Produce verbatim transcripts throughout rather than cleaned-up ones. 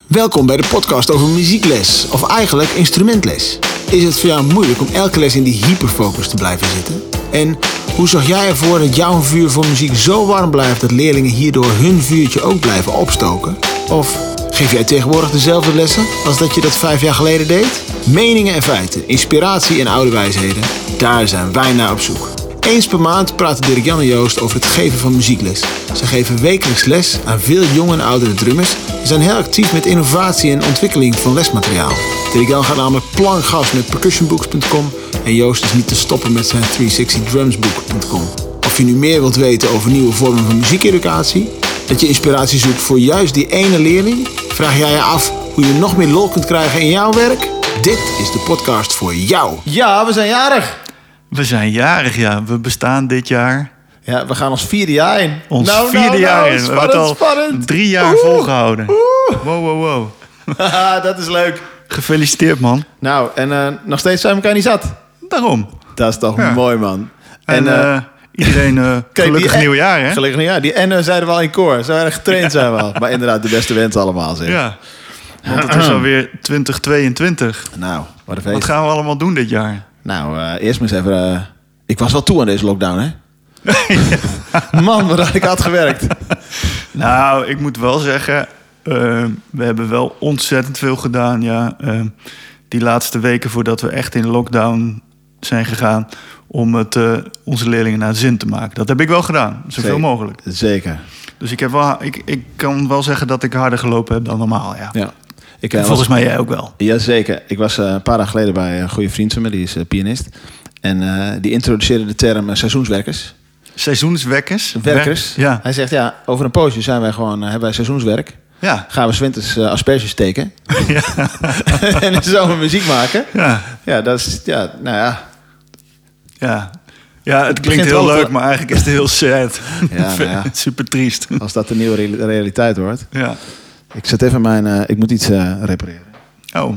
Welkom bij de podcast over muziekles, of eigenlijk instrumentles. Is het voor jou moeilijk om elke les in die hyperfocus te blijven zitten? En hoe zorg jij ervoor dat jouw vuur voor muziek zo warm blijft dat leerlingen hierdoor hun vuurtje ook blijven opstoken? Of geef jij tegenwoordig dezelfde lessen als dat je dat vijf jaar geleden deed? Meningen en feiten, inspiratie en oude wijsheden, daar zijn wij naar op zoek. Eens per maand praten Dirk-Jan en Joost over het geven van muziekles. Ze geven wekelijks les aan veel jonge en oudere drummers en zijn heel actief met innovatie en ontwikkeling van lesmateriaal. Dirk-Jan gaat namelijk plankgas met percussionbooks punt com en Joost is niet te stoppen met zijn driehonderdzestig drumsbook punt com. Of je nu meer wilt weten over nieuwe vormen van muziekeducatie, dat je inspiratie zoekt voor juist die ene leerling, vraag jij je af hoe je nog meer lol kunt krijgen in jouw werk? Dit is de podcast voor jou. Ja, we zijn jarig. We zijn jarig, ja. We bestaan dit jaar. Ja, we gaan ons vierde jaar in. Ons nou, vierde nou, jaar nou, in. Spannend, we hebben het al spannend. drie jaar Oeh, volgehouden. Oeh. Wow, wow, wow. Haha, dat is leuk. Gefeliciteerd, man. Nou, en uh, nog steeds zijn we elkaar niet zat. Daarom. Dat is toch Ja. mooi, man. En, En, uh, uh, iedereen uh, kijk, gelukkig die- nieuwjaar, hè? Gelukkig nieuwjaar. Die N zeiden we al in koor. Zo erg getraind zijn we al. Maar inderdaad, de beste wensen allemaal, zeg. Ja. Want het is alweer twintig tweeëntwintig. Nou, wat een feest. Wat gaan we allemaal doen dit jaar? Nou, uh, eerst maar eens even... Uh, ik was wel toe aan deze lockdown, hè? Man, wat had ik hard gewerkt. Nou, ik moet wel zeggen, uh, we hebben wel ontzettend veel gedaan. Ja, uh, die laatste weken voordat we echt in lockdown zijn gegaan, om het uh, onze leerlingen naar de zin te maken. Dat heb ik wel gedaan, zoveel Zeker. mogelijk. Zeker. Dus ik, heb wel, ik, ik kan wel zeggen dat ik harder gelopen heb dan normaal, ja. Ja. Ik, uh, Volgens was... mij jij ook wel. Jazeker. Ik was uh, een paar dagen geleden bij een goede vriend van me, die is uh, pianist. En uh, die introduceerde de term uh, seizoenswerkers. Seizoenswekkers. Werkers. Wer- ja. Hij zegt, ja, over een poosje zijn wij gewoon, uh, hebben wij seizoenswerk. Ja. Gaan we 's winters uh, asperges steken. Ja. En in de zomer muziek maken. Ja. Ja, dat is, ja, nou ja. Ja. Ja, het begint klinkt heel wel leuk, te- maar eigenlijk is het heel sad. Ja, nou ja. Super triest. Als dat de nieuwe reali- realiteit wordt. Ja. Ik zet even mijn, uh, ik moet iets uh, repareren. Oh.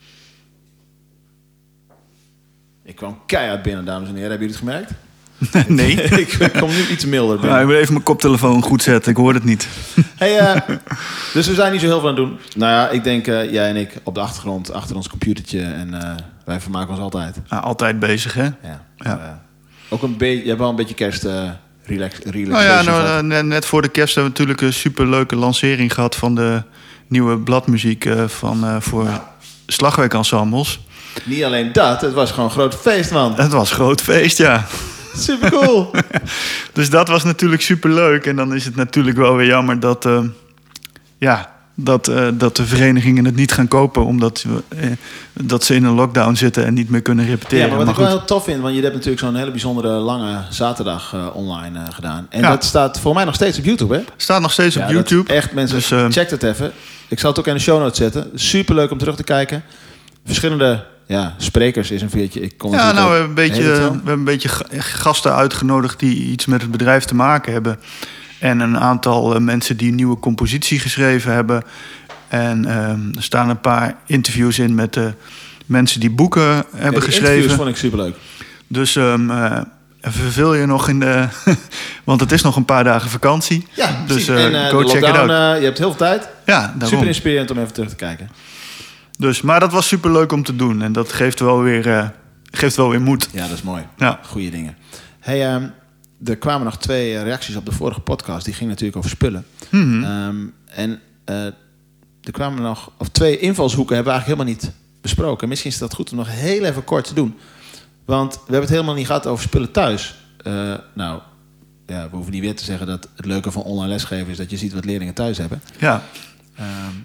Ik kwam keihard binnen, dames en heren. Hebben jullie het gemerkt? Nee. Ik kom nu iets milder binnen. Nou, ik moet even mijn koptelefoon goed zetten. Ik hoor het niet. Hey, uh, dus we zijn niet zo heel veel aan het doen. Nou ja, ik denk uh, jij en ik op de achtergrond, achter ons computertje. En uh, wij vermaken ons altijd. Nou, altijd bezig, hè? Ja. Ja. Uh, ook een beetje, je hebt wel een beetje kerst uh, relax, relaxation Nou ja, nou, gehad. uh, net, net voor de kerst hebben we natuurlijk een superleuke lancering gehad van de nieuwe bladmuziek uh, van, uh, voor slagwerkensembles. Niet alleen dat, het was gewoon een groot feest, man. Het was een groot feest, ja. Super cool. Dus dat was natuurlijk superleuk. En dan is het natuurlijk wel weer jammer dat, uh, ja, dat, uh, dat de verenigingen het niet gaan kopen, omdat we, uh, dat ze in een lockdown zitten en niet meer kunnen repeteren. Ja, maar wat Maar ik wel goed. heel tof vind, want je hebt natuurlijk zo'n hele bijzondere lange zaterdag uh, online uh, gedaan. En Ja. dat staat voor mij nog steeds op YouTube, hè? Staat nog steeds op Ja, dat is YouTube. echt, mensen, Dus, uh, check het even. Ik zal het ook in de show notes zetten. Super leuk om terug te kijken. Verschillende ja, sprekers is een veertje. Ik kon Ja, natuurlijk nou, we ook- hebben, een beetje, Heet we het wel? hebben een beetje ga- gasten uitgenodigd die iets met het bedrijf te maken hebben. En een aantal uh, mensen die een nieuwe compositie geschreven hebben. En um, er staan een paar interviews in met uh, mensen die boeken Ja, hebben die geschreven. interviews vond ik super leuk. Dus um, uh, verveel je nog in de... want het is nog een paar dagen vakantie. Ja, dus precies. uh, en uh, go de check it lockdown, out. uh, je hebt heel veel tijd. Ja, daarom. Super inspirerend om even terug te kijken. Dus, maar dat was super leuk om te doen. En dat geeft wel weer, uh, geeft wel weer moed. Ja, dat is mooi. Ja. Goeie dingen. Hey, um, er kwamen nog twee uh, reacties op de vorige podcast. Die ging natuurlijk over spullen. Mhm. Um, en uh, er kwamen nog... Of twee invalshoeken hebben we eigenlijk helemaal niet besproken. Misschien is dat goed om nog heel even kort te doen. Want we hebben het helemaal niet gehad over spullen thuis. Uh, nou, ja, we hoeven niet weer te zeggen dat het leuke van online lesgeven is dat je ziet wat leerlingen thuis hebben. Ja. Um,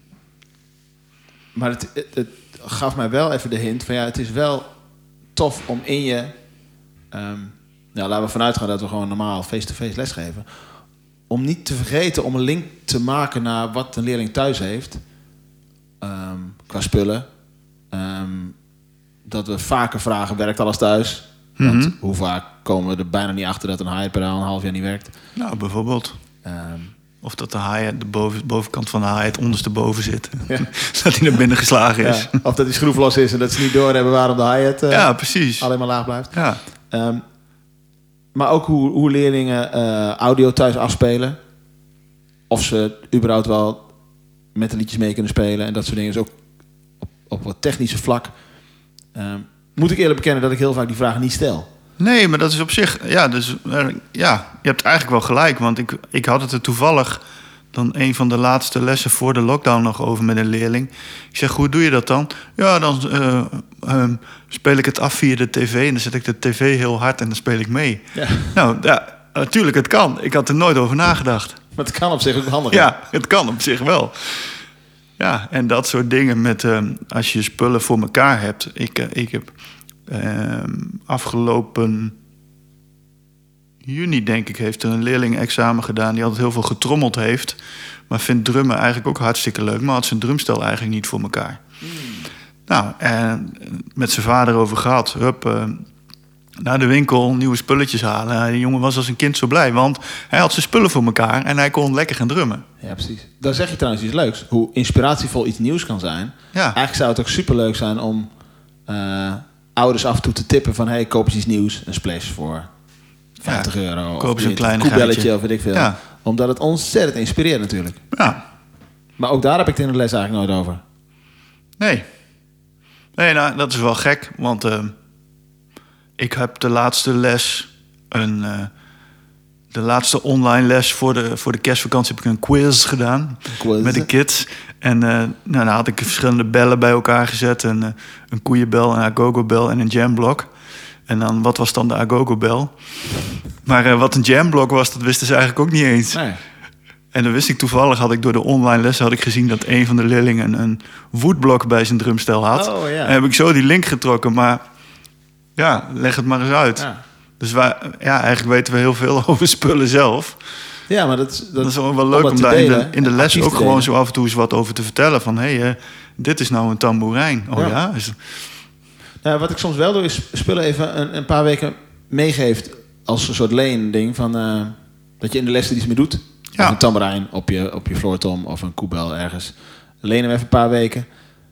maar het, het, het gaf mij wel even de hint van ja, het is wel tof om in je... Um, nou, laten we vanuit gaan dat we gewoon normaal face-to-face lesgeven. Om niet te vergeten om een link te maken naar wat een leerling thuis heeft. Um, qua spullen. Um, dat we vaker vragen, werkt alles thuis? Want Mhm. hoe vaak komen we er bijna niet achter dat een hi-hat pedaal een half jaar niet werkt? Nou, bijvoorbeeld. Um, Of dat de hi-hat, de boven, bovenkant van de hi-hat ondersteboven zit. Ja. Dat hij naar binnen geslagen is. ja, of dat die schroef los is en dat ze niet doorhebben waarom de hi-hat uh, Ja, precies. alleen maar laag blijft. Ja. Um, maar ook hoe, hoe leerlingen uh, audio thuis afspelen. Of ze überhaupt wel met de liedjes mee kunnen spelen en dat soort dingen. Dus ook op, op wat technische vlak uh, moet ik eerlijk bekennen dat ik heel vaak die vragen niet stel. Nee, maar dat is op zich... Ja, dus, uh, ja je hebt eigenlijk wel gelijk. Want ik, ik had het er toevallig dan een van de laatste lessen voor de lockdown nog over met een leerling. Ik zeg, hoe doe je dat dan? Ja, dan uh, um, speel ik het af via de tv en dan zet ik de tv heel hard en dan speel ik mee. Ja. Nou, ja, natuurlijk, het kan. Ik had er nooit over nagedacht. Maar het kan op zich ook handig. Ja, het kan op zich wel. Ja, en dat soort dingen met um, als je spullen voor elkaar hebt. Ik, uh, ik heb uh, afgelopen juni, denk ik, heeft een leerling examen gedaan die altijd heel veel getrommeld heeft, maar vindt drummen eigenlijk ook hartstikke leuk, maar had zijn drumstel eigenlijk niet voor elkaar. Mm. Nou, en met zijn vader over gehad. Hup, uh, naar de winkel, nieuwe spulletjes halen. Die jongen was als een kind zo blij, want hij had zijn spullen voor elkaar en hij kon lekker gaan drummen. Ja, precies. Dan zeg je trouwens iets leuks. Hoe inspiratievol iets nieuws kan zijn. Ja. Eigenlijk zou het ook superleuk zijn om uh, ouders af en toe te tippen van, hey, koop eens iets nieuws. Een splash voor vijftig ja, euro. Koop eens een klein koebelletje of weet ik veel. Ja. Omdat het ontzettend inspireert natuurlijk. Ja. Maar ook daar heb ik het in de les eigenlijk nooit over. Nee. Nee, nou, dat is wel gek. Want uh, ik heb de laatste les... een uh, de laatste online les voor de, voor de kerstvakantie... heb ik een quiz gedaan. Quiz. Met de kids. En uh, nou, dan had ik verschillende bellen bij elkaar gezet. En, uh, een koeienbel, een agogo-bel en een jamblok. En dan, wat was dan de agogo-bel? Maar uh, wat een jamblok was, dat wisten ze eigenlijk ook niet eens. Nee. En dan wist ik toevallig, had ik door de online lessen had ik gezien dat een van de leerlingen een woodblok bij zijn drumstel had. Oh, ja. En heb ik zo die link getrokken, maar ja, leg het maar eens uit. Ja. Dus wij, ja, eigenlijk weten we heel veel over spullen zelf. Ja, maar dat, dat, dat is ook wel leuk om, om daar delen, in de, in de les ook gewoon zo af en toe eens wat over te vertellen. Van, hé, hey, uh, dit is nou een tamboerijn. Oh ja? ja? Is... Nou, wat ik soms wel doe, is spullen even een, een paar weken meegeeft als een soort leen-ding. Van, uh, dat je in de les er iets mee doet. Ja. Of een tamboerijn op je, op je floortom of een koebel ergens. Lenen we even een paar weken.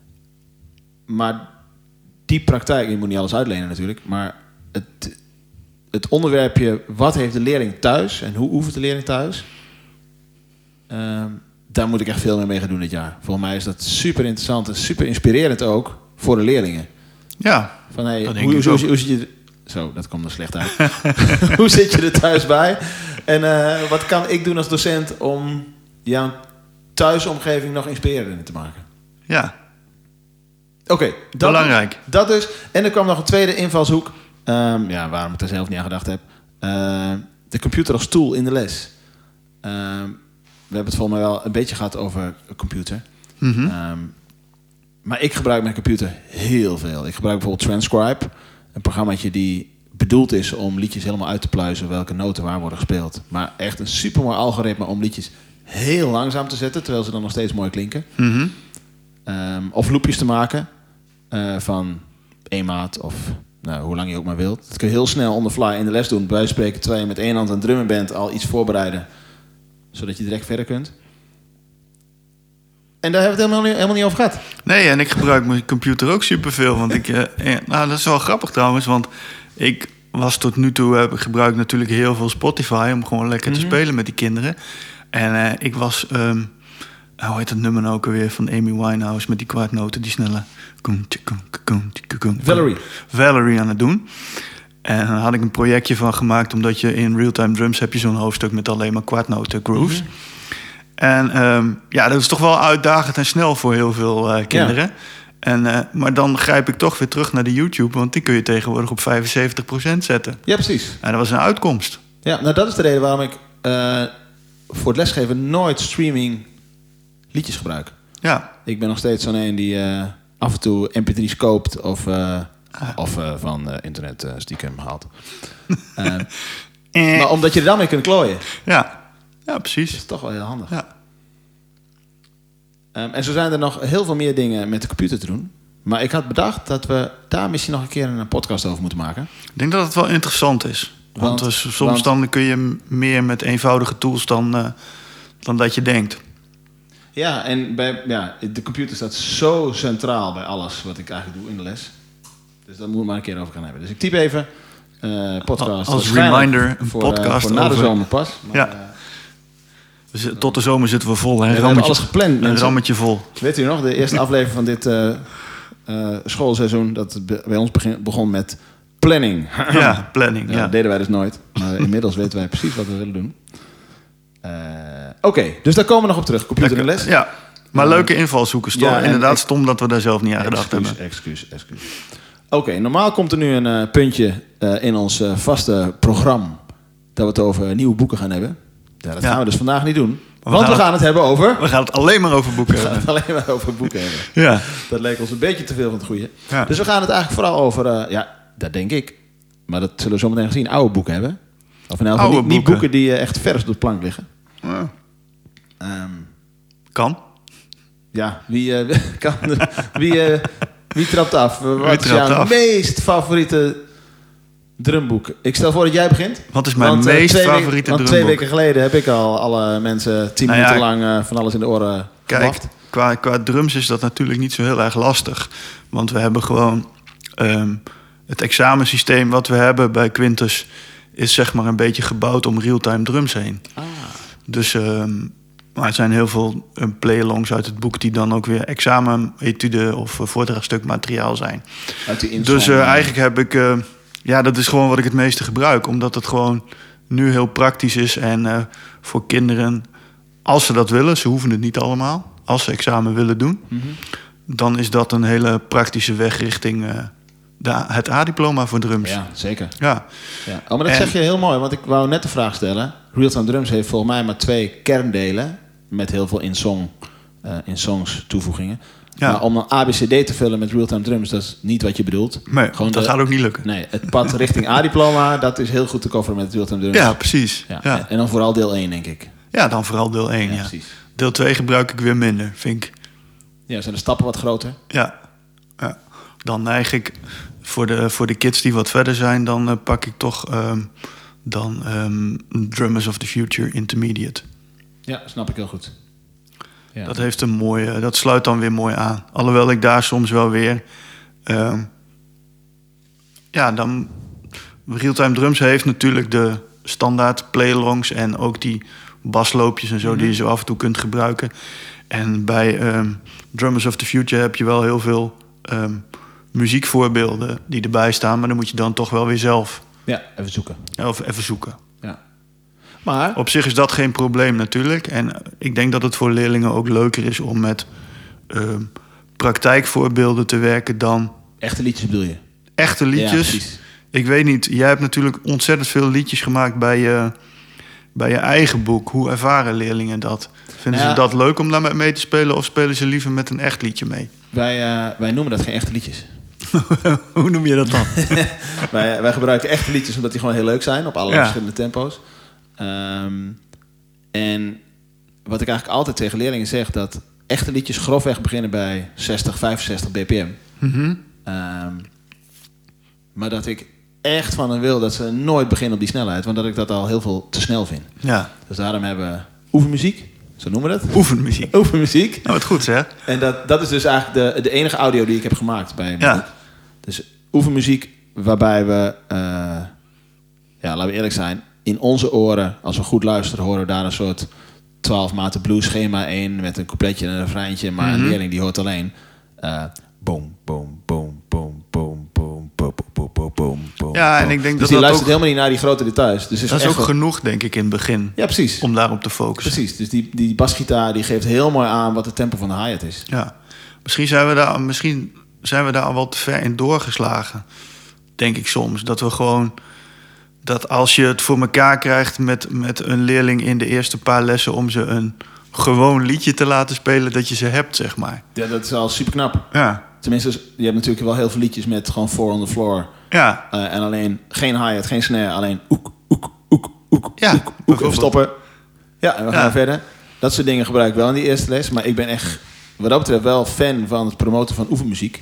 Maar die praktijk, je moet niet alles uitlenen natuurlijk. Maar het, het onderwerpje, wat heeft de leerling thuis en hoe oefent de leerling thuis? Uh, daar moet ik echt veel meer mee gaan doen dit jaar. Volgens mij is dat super interessant en super inspirerend ook voor de leerlingen. Ja, van, hey, hoe, hoe, hoe, hoe zit je... Zo, dat komt er slecht uit. Hoe zit je er thuis bij? En uh, wat kan ik doen als docent om jouw thuisomgeving nog inspirerender te maken? Ja. Oké. Okay, belangrijk. Dat dus. En er kwam nog een tweede invalshoek. Um, ja, waarom ik er zelf niet aan gedacht heb. Uh, de computer als tool in de les. Um, we hebben het volgens mij wel een beetje gehad over een computer. Mm-hmm. Um, maar ik gebruik mijn computer heel veel. Ik gebruik bijvoorbeeld Transcribe. Een programmaatje die bedoeld is om liedjes helemaal uit te pluizen welke noten waar worden gespeeld. Maar echt een supermooi algoritme om liedjes heel langzaam te zetten, terwijl ze dan nog steeds mooi klinken. Mm-hmm. Um, of loopjes te maken uh, van één maat of nou, hoe lang je ook maar wilt. Dat kun je heel snel on the fly in de les doen. Bij wijze van spreken, terwijl je met één hand aan het drummen bent, al iets voorbereiden, zodat je direct verder kunt. En daar hebben we het helemaal niet, helemaal niet over gehad. Nee, en ik gebruik mijn computer ook superveel. Want ik, eh, nou, dat is wel grappig trouwens. Want ik was tot nu toe, heb ik gebruik natuurlijk heel veel Spotify om gewoon lekker mm-hmm. te spelen met die kinderen. En uh, ik was, um, hoe heet dat nummer nou ook alweer van Amy Winehouse met die kwartnoten, die snelle. Valerie. Valerie aan het doen. En dan had ik een projectje van gemaakt, omdat je in Real-Time Drums heb je zo'n hoofdstuk met alleen maar kwartnoten grooves. Mm-hmm. En um, ja, dat is toch wel uitdagend en snel voor heel veel uh, kinderen. Ja. En, uh, maar dan grijp ik toch weer terug naar de YouTube, want die kun je tegenwoordig op vijfenzeventig procent zetten. Ja, precies. En dat was een uitkomst. Ja, nou dat is de reden waarom ik uh, voor het lesgeven nooit streaming liedjes gebruik. Ja. Ik ben nog steeds zo'n een die uh, af en toe M P drie's koopt of, uh, ah. of uh, van uh, internet uh, stiekem haalt. uh, eh. Maar omdat je er dan mee kunt klooien. Ja. Ja, precies. Dat is toch wel heel handig. Ja. Um, en zo zijn er nog heel veel meer dingen met de computer te doen. Maar ik had bedacht dat we daar misschien nog een keer een podcast over moeten maken. Ik denk dat het wel interessant is. Want, want dus, soms want, dan kun je meer met eenvoudige tools dan, uh, dan dat je denkt. Ja, en bij, ja, de computer staat zo centraal bij alles wat ik eigenlijk doe in de les. Dus daar moeten we maar een keer over gaan hebben. Dus ik typ even uh, podcast. Als reminder, een voor, podcast uh, voor na de over... zomer pas. Maar, ja. uh, We zitten- tot de zomer zitten we vol. Hè? we Een hebben rammetje, alles gepland, een mensen. rammetje vol. Weet u nog, de eerste aflevering van dit uh, uh, schoolseizoen... dat be- bij ons begin, begon met planning. Ja, planning. Ja, Ja. Dat deden wij dus nooit. Maar inmiddels weten wij precies wat we willen doen. Uh, Oké, okay, dus daar komen we nog op terug. Computer in de les. Ja, maar Ja. leuke invalshoeken. Stom. Ja, en Inderdaad, ik- stom dat we daar zelf niet aan gedacht Excuus, hebben. excuus, excuus. Oké, okay, normaal komt er nu een uh, puntje uh, in ons uh, vaste programma... dat we het over nieuwe boeken gaan hebben. Ja, dat Ja. gaan we dus vandaag niet doen. we Want gaan we gaan het hebben over... We gaan het alleen maar over boeken We gaan hebben. het alleen maar over boeken hebben. Ja. Dat leek ons een beetje te veel van het goede. Ja. Dus we gaan het eigenlijk vooral over... Uh, ja, dat denk ik. Maar dat zullen we zo meteen gezien oude boeken hebben. Of in elk geval Oude niet, niet boeken. boeken die uh, echt vers op de plank liggen. Ja. Um, Kan. ja, wie, uh, kan, wie, uh, wie trapt af? Wat is trapt jouw af? meest favoriete drumboek? Ik stel voor dat jij begint. Wat is mijn Want, uh, meest twee weken- favoriete Want drumboek? twee weken geleden heb ik al alle mensen tien Nou ja, minuten lang uh, van alles in de oren Kijk, gewacht. qua, qua drums is dat natuurlijk niet zo heel erg lastig. Want we hebben gewoon... Um, het examensysteem wat we hebben bij Quintus... is zeg maar een beetje gebouwd om real-time drums heen. Ah. Dus um, maar er zijn heel veel um, play-alongs uit het boek... die dan ook weer examen-etude of uh, voordragstuk materiaal zijn. Uit die Dus uh, eigenlijk heb ik... Uh, ja, dat is gewoon wat ik het meeste gebruik. Omdat het gewoon nu heel praktisch is. En uh, voor kinderen, als ze dat willen... ze hoeven het niet allemaal. Als ze examen willen doen... Mm-hmm. dan is dat een hele praktische weg richting... Uh, de, het A-diploma voor drums. Ja, zeker. Ja. Ja. Oh, maar dat En- zeg je heel mooi, want ik wou net de vraag stellen. Real-time drums heeft volgens mij maar twee kerndelen... met heel veel in-song, uh, in-songs toevoegingen. Ja. Maar om een A B C D te vullen met real-time drums... dat is niet wat je bedoelt. Nee, Gewoon dat de- gaat ook niet lukken. Nee, het pad richting A-diploma... dat is heel goed te coveren met real-time drums. Ja, precies. Ja. Ja. Ja. En dan vooral deel één, denk ik. dan vooral deel één. Ja, Ja, precies. Deel twee gebruik ik weer minder, vind ik. Ja, zijn de stappen wat groter? Ja. Ja. Dan neig ik... Voor de, voor de kids die wat verder zijn... dan uh, pak ik toch... Um, dan um, Drummers of the Future Intermediate. Ja, snap ik heel goed. Ja. Dat heeft een mooie, dat sluit dan weer mooi aan. Alhoewel ik daar soms wel weer... Um, ja, dan... Real-time drums heeft natuurlijk de standaard play-alongs... en ook die basloopjes en zo... Mm-hmm. die je zo af en toe kunt gebruiken. En bij um, Drummers of the Future heb je wel heel veel... Um, muziekvoorbeelden die erbij staan... maar dan moet je dan toch wel weer zelf Ja, even zoeken. of even zoeken. Ja. Maar... Op zich is dat geen probleem natuurlijk. En ik denk dat het voor leerlingen ook leuker is... om met uh, praktijkvoorbeelden te werken dan Echte liedjes bedoel je? echte Ja, liedjes. precies. Ik weet niet, jij hebt natuurlijk ontzettend veel liedjes gemaakt... bij je, bij je eigen boek. Hoe ervaren leerlingen dat? Vinden Ja. ze dat leuk om daar mee te spelen... of spelen ze liever met een echt liedje mee? Wij, uh, wij noemen dat geen echte liedjes. Hoe noem je dat dan? wij, wij gebruiken echte liedjes omdat die gewoon heel leuk zijn op allerlei Ja. verschillende tempo's. Um, en wat ik eigenlijk altijd tegen leerlingen zeg, dat echte liedjes grofweg beginnen bij zestig, vijfenzestig bpm. Mm-hmm. Um, maar dat ik echt van hen wil dat ze nooit beginnen op die snelheid, want dat ik dat al heel veel te snel vind. Ja, Dus daarom hebben we oefenmuziek, zo noemen we dat. oefenmuziek. Oefenmuziek. Nou, wat goed zeg. En dat, dat is dus eigenlijk de, de enige audio die ik heb gemaakt bij mijn Ja. boek. Dus oefenmuziek waarbij we, uh, ja, laten we eerlijk zijn, in onze oren, als we goed luisteren, horen we daar een soort twaalf maten blues schema in met een coupletje en een refreintje, maar Mhm. een leerling die hoort alleen uh, boom, boom, boom, boom, boom, boom, boom, boom, boom, boom, boom. Ja, en ik denk dus dat die dat luistert ook- helemaal niet naar die grote details. Dus het Dat is echt ook wel- genoeg, denk ik, in het begin. Ja, precies. Om daarop te focussen. Precies. Dus die, die basgitaar die geeft heel mooi aan wat het tempo van de hi-hat is. Ja. Misschien zijn we daar, misschien zijn we daar al wel te ver in doorgeslagen. Denk ik soms. Dat we gewoon... Dat als je het voor elkaar krijgt met, met een leerling in de eerste paar lessen... om ze een gewoon liedje te laten spelen, dat je ze hebt, zeg maar. Ja, dat is al super knap. Ja. Tenminste, je hebt natuurlijk wel heel veel liedjes met gewoon four on the floor. Ja. Uh, en alleen geen hi-hat, geen snare, alleen oek, oek, oek, oek, Ja, oek, oek. Even bijvoorbeeld. stoppen. Ja, en we gaan Ja. verder. Dat soort dingen gebruik ik wel in die eerste les. Maar ik ben echt, wat dat betreft, wel fan van het promoten van oefenmuziek.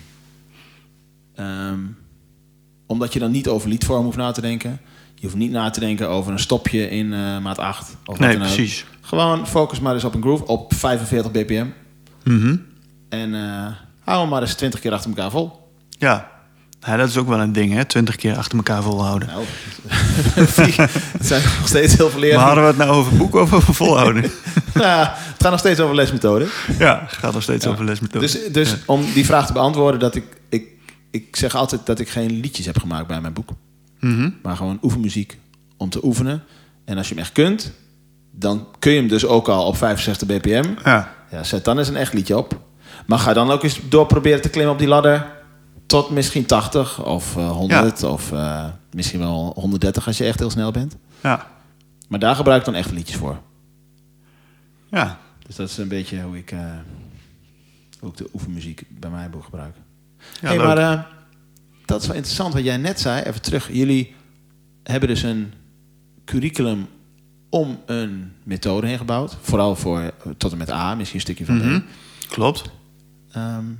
Um, omdat je dan niet over liedvorm hoeft na te denken. Je hoeft niet na te denken over een stopje in uh, maat acht. Of Nee, wat dan ook. precies. Gewoon focus maar eens op een groove op vijfenveertig bpm. Mhm. En uh, hou hem maar eens twintig keer achter elkaar vol. Ja. Ja, dat is ook wel een ding, hè? Twintig keer achter elkaar volhouden. Nou, het zijn nog steeds heel veel leerlingen. Maar hadden we het nou over boek of over volhouden? Nou, het gaat nog steeds over lesmethoden. Ja, het gaat nog steeds Ja. over lesmethoden. Dus, dus Ja. om die vraag te beantwoorden, dat ik, ik, ik zeg altijd dat ik geen liedjes heb gemaakt bij mijn boek. Mhm. Maar gewoon oefenmuziek om te oefenen. En als je hem echt kunt, dan kun je hem dus ook al op vijfenzestig bpm. Ja. Ja, zet dan eens een echt liedje op. Maar ga dan ook eens door proberen te klimmen op die ladder tot misschien tachtig of uh, honderd of uh, misschien wel honderddertig als je echt heel snel bent. Ja. Maar daar gebruik ik dan echt liedjes voor. Ja. Dus dat is een beetje hoe ik, uh, hoe ik de oefenmuziek bij mijn boek gebruik. Ja, hey, leuk. maar uh, dat is wel interessant wat jij net zei. Even terug. Jullie hebben dus een curriculum om een methode heen gebouwd. Vooral voor uh, tot en met A, misschien een stukje van Mhm. B. Klopt. Um,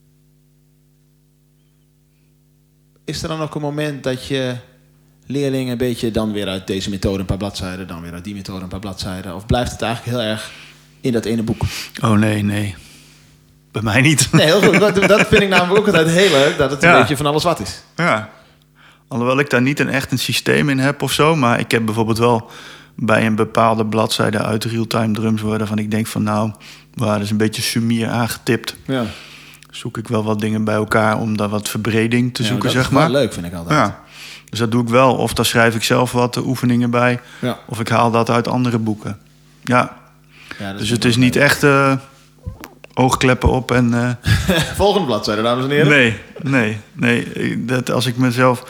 is er dan ook een moment dat je leerlingen een beetje dan weer uit deze methode een paar bladzijden, dan weer uit die methode een paar bladzijden? Of blijft het eigenlijk heel erg in dat ene boek? Oh nee, nee. Bij mij niet. Nee, heel goed. Dat, dat vind ik namelijk ook altijd heel leuk, dat het een Ja. beetje van alles wat is. Ja. Alhoewel ik daar niet een echt een systeem in heb of zo. Maar ik heb bijvoorbeeld wel bij een bepaalde bladzijde uit Realtime Drums waarvan ik denk van nou, waar is een beetje sumier aangetipt. Ja. Zoek ik wel wat dingen bij elkaar om daar wat verbreding te Ja, zoeken, dat zeg is wel maar. leuk, vind ik altijd. Ja. Dus dat doe ik wel. Of daar schrijf ik zelf wat oefeningen bij. Ja. Of ik haal dat uit andere boeken. Ja. Ja, dat Dus vind het ik is wel niet leuk. echt uh, oogkleppen op en... Uh, Volgende bladzijde, dames en heren. nee, nee, nee. Dat als ik mezelf...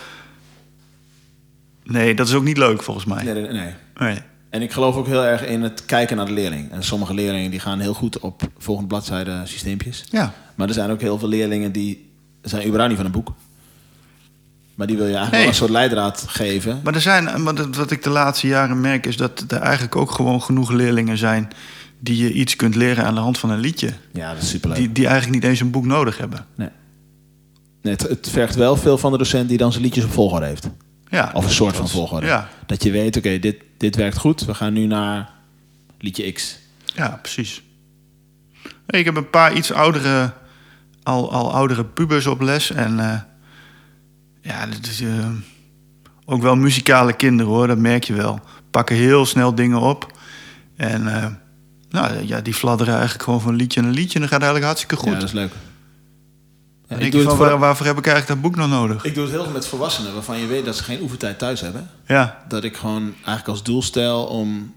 Nee, dat is ook niet leuk volgens mij. Nee, nee, nee. Nee. En ik geloof ook heel erg in het kijken naar de leerling. En sommige leerlingen die gaan heel goed op volgende bladzijde systeempjes. Ja. Maar er zijn ook heel veel leerlingen die zijn überhaupt niet van een boek. Maar die wil je eigenlijk Nee. wel een soort leidraad geven. Maar er zijn, maar dat- wat ik de laatste jaren merk, is dat er eigenlijk ook gewoon genoeg leerlingen zijn die je iets kunt leren aan de hand van een liedje. Ja, dat is superleuk. Die, die eigenlijk niet eens een boek nodig hebben. Nee. Nee, het, het vergt wel veel van de docent die dan zijn liedjes op volgorde heeft. Ja, Of een soort van dat- volgorde. Ja, Dat je weet, oké, dit, dit werkt goed. We gaan nu naar liedje X. ja, precies. Ik heb een paar iets oudere, al, al oudere pubers op les. En eh, ja, dat is eh, ook wel muzikale kinderen hoor, dat merk je wel. Pakken heel snel dingen op. En eh, nou, ja, die fladderen eigenlijk gewoon van liedje naar liedje. En dan gaat het eigenlijk hartstikke goed. Ja, dat is leuk. Ja, Dan ik, denk doe je het van, voor- waar- waarvoor heb ik eigenlijk dat boek nog nodig? ik doe het heel veel met volwassenen waarvan je weet dat ze geen oefentijd thuis hebben. Ja, Dat ik gewoon eigenlijk als doel stel om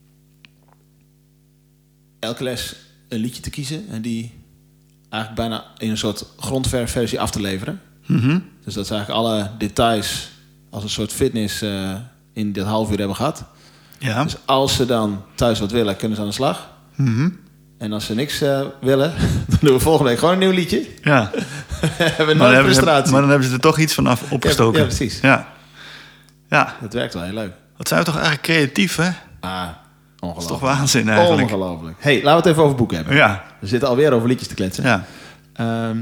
elke les een liedje te kiezen. En die eigenlijk bijna in een soort grondversie af te leveren. mhm. Dus dat ze eigenlijk alle details als een soort fitness eh, in dit half uur hebben gehad. ja. Dus als ze dan thuis wat willen, kunnen ze aan de slag. Mhm. En als ze niks eh, willen, dan doen we volgende week gewoon een nieuw liedje. ja. hebben we Maar, dan nooit hebben ze, frustratie. maar dan hebben ze er toch iets van af opgestoken. Ja, ja, precies. Ja. Ja, Dat werkt wel heel leuk. wat zijn we toch eigenlijk creatief, hè? Ah, Dat is ongelooflijk. toch waanzin eigenlijk. Ongelooflijk. Hey, laten we het even over boeken hebben. Ja, We zitten alweer over liedjes te kletsen. ja. Ehm,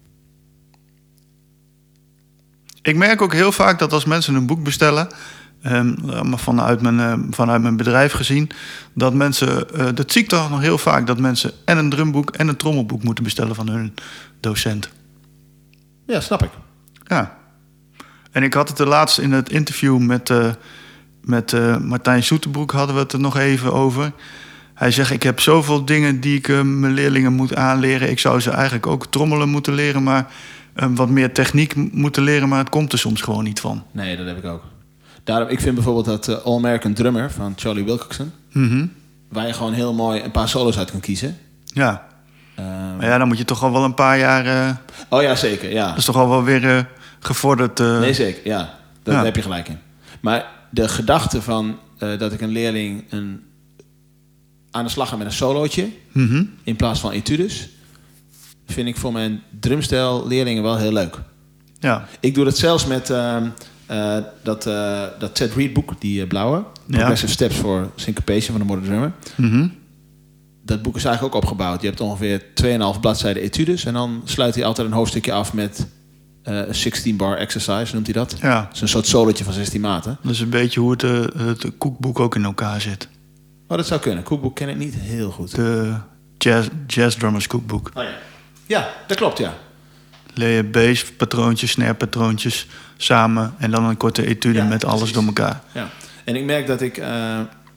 Ik merk ook heel vaak dat als mensen een boek bestellen, ehm, maar vanuit, mijn, eh, vanuit mijn bedrijf gezien, dat mensen, eh, dat zie ik toch nog heel vaak, dat mensen en een drumboek en een trommelboek moeten bestellen van hun docent. ja, snap ik. Ja. En ik had het de laatst in het interview met, eh, met eh, Martijn Soeterbroek hadden we het er nog even over. Hij zegt, ik heb zoveel dingen die ik eh, mijn leerlingen moet aanleren. Ik zou ze eigenlijk ook trommelen moeten leren, maar eh, wat meer techniek m- moeten leren, maar het komt er soms gewoon niet van. Nee, dat heb ik ook. Daarom, ik vind bijvoorbeeld dat eh, All American Drummer van Charlie Wilcoxon, Mhm. waar je gewoon heel mooi een paar solo's uit kan kiezen. Ja. Ehm, Maar ja, dan moet je toch al wel een paar jaar... eh, Oh ja, zeker. Ja. dat is toch al wel weer eh, gevorderd... eh, Nee, zeker. Ja, daar Ja. heb je gelijk in. Maar de gedachte van eh, dat ik een leerling een, aan de slag ga met een solootje mhm. in plaats van etudes, vind ik voor mijn drumstijl leerlingen wel heel leuk. Ja. Ik doe dat zelfs met ehm, eh, dat, eh, dat Ted Reed boek, die eh, blauwe. Progressive Steps for Syncopation van de Modern Drummer. Mhm. Dat boek is eigenlijk ook opgebouwd. Je hebt ongeveer twee komma vijf bladzijden etudes. En dan sluit hij altijd een hoofdstukje af met eh, een zestien bar exercise, noemt hij dat. Ja. Dat is een soort solotje van zestien maten. Dat is een beetje hoe het, eh, het koekboek ook in elkaar zit. Oh, dat zou kunnen. Cookbook ken ik niet heel goed. De jazz, jazz Drummers Cookbook. Oh, ja. Ja, dat klopt, ja. leer je bass, patroontjes, snare patroontjes samen. En dan een korte etude Ja, met alles precies. door elkaar. Ja. En ik merk dat ik uh,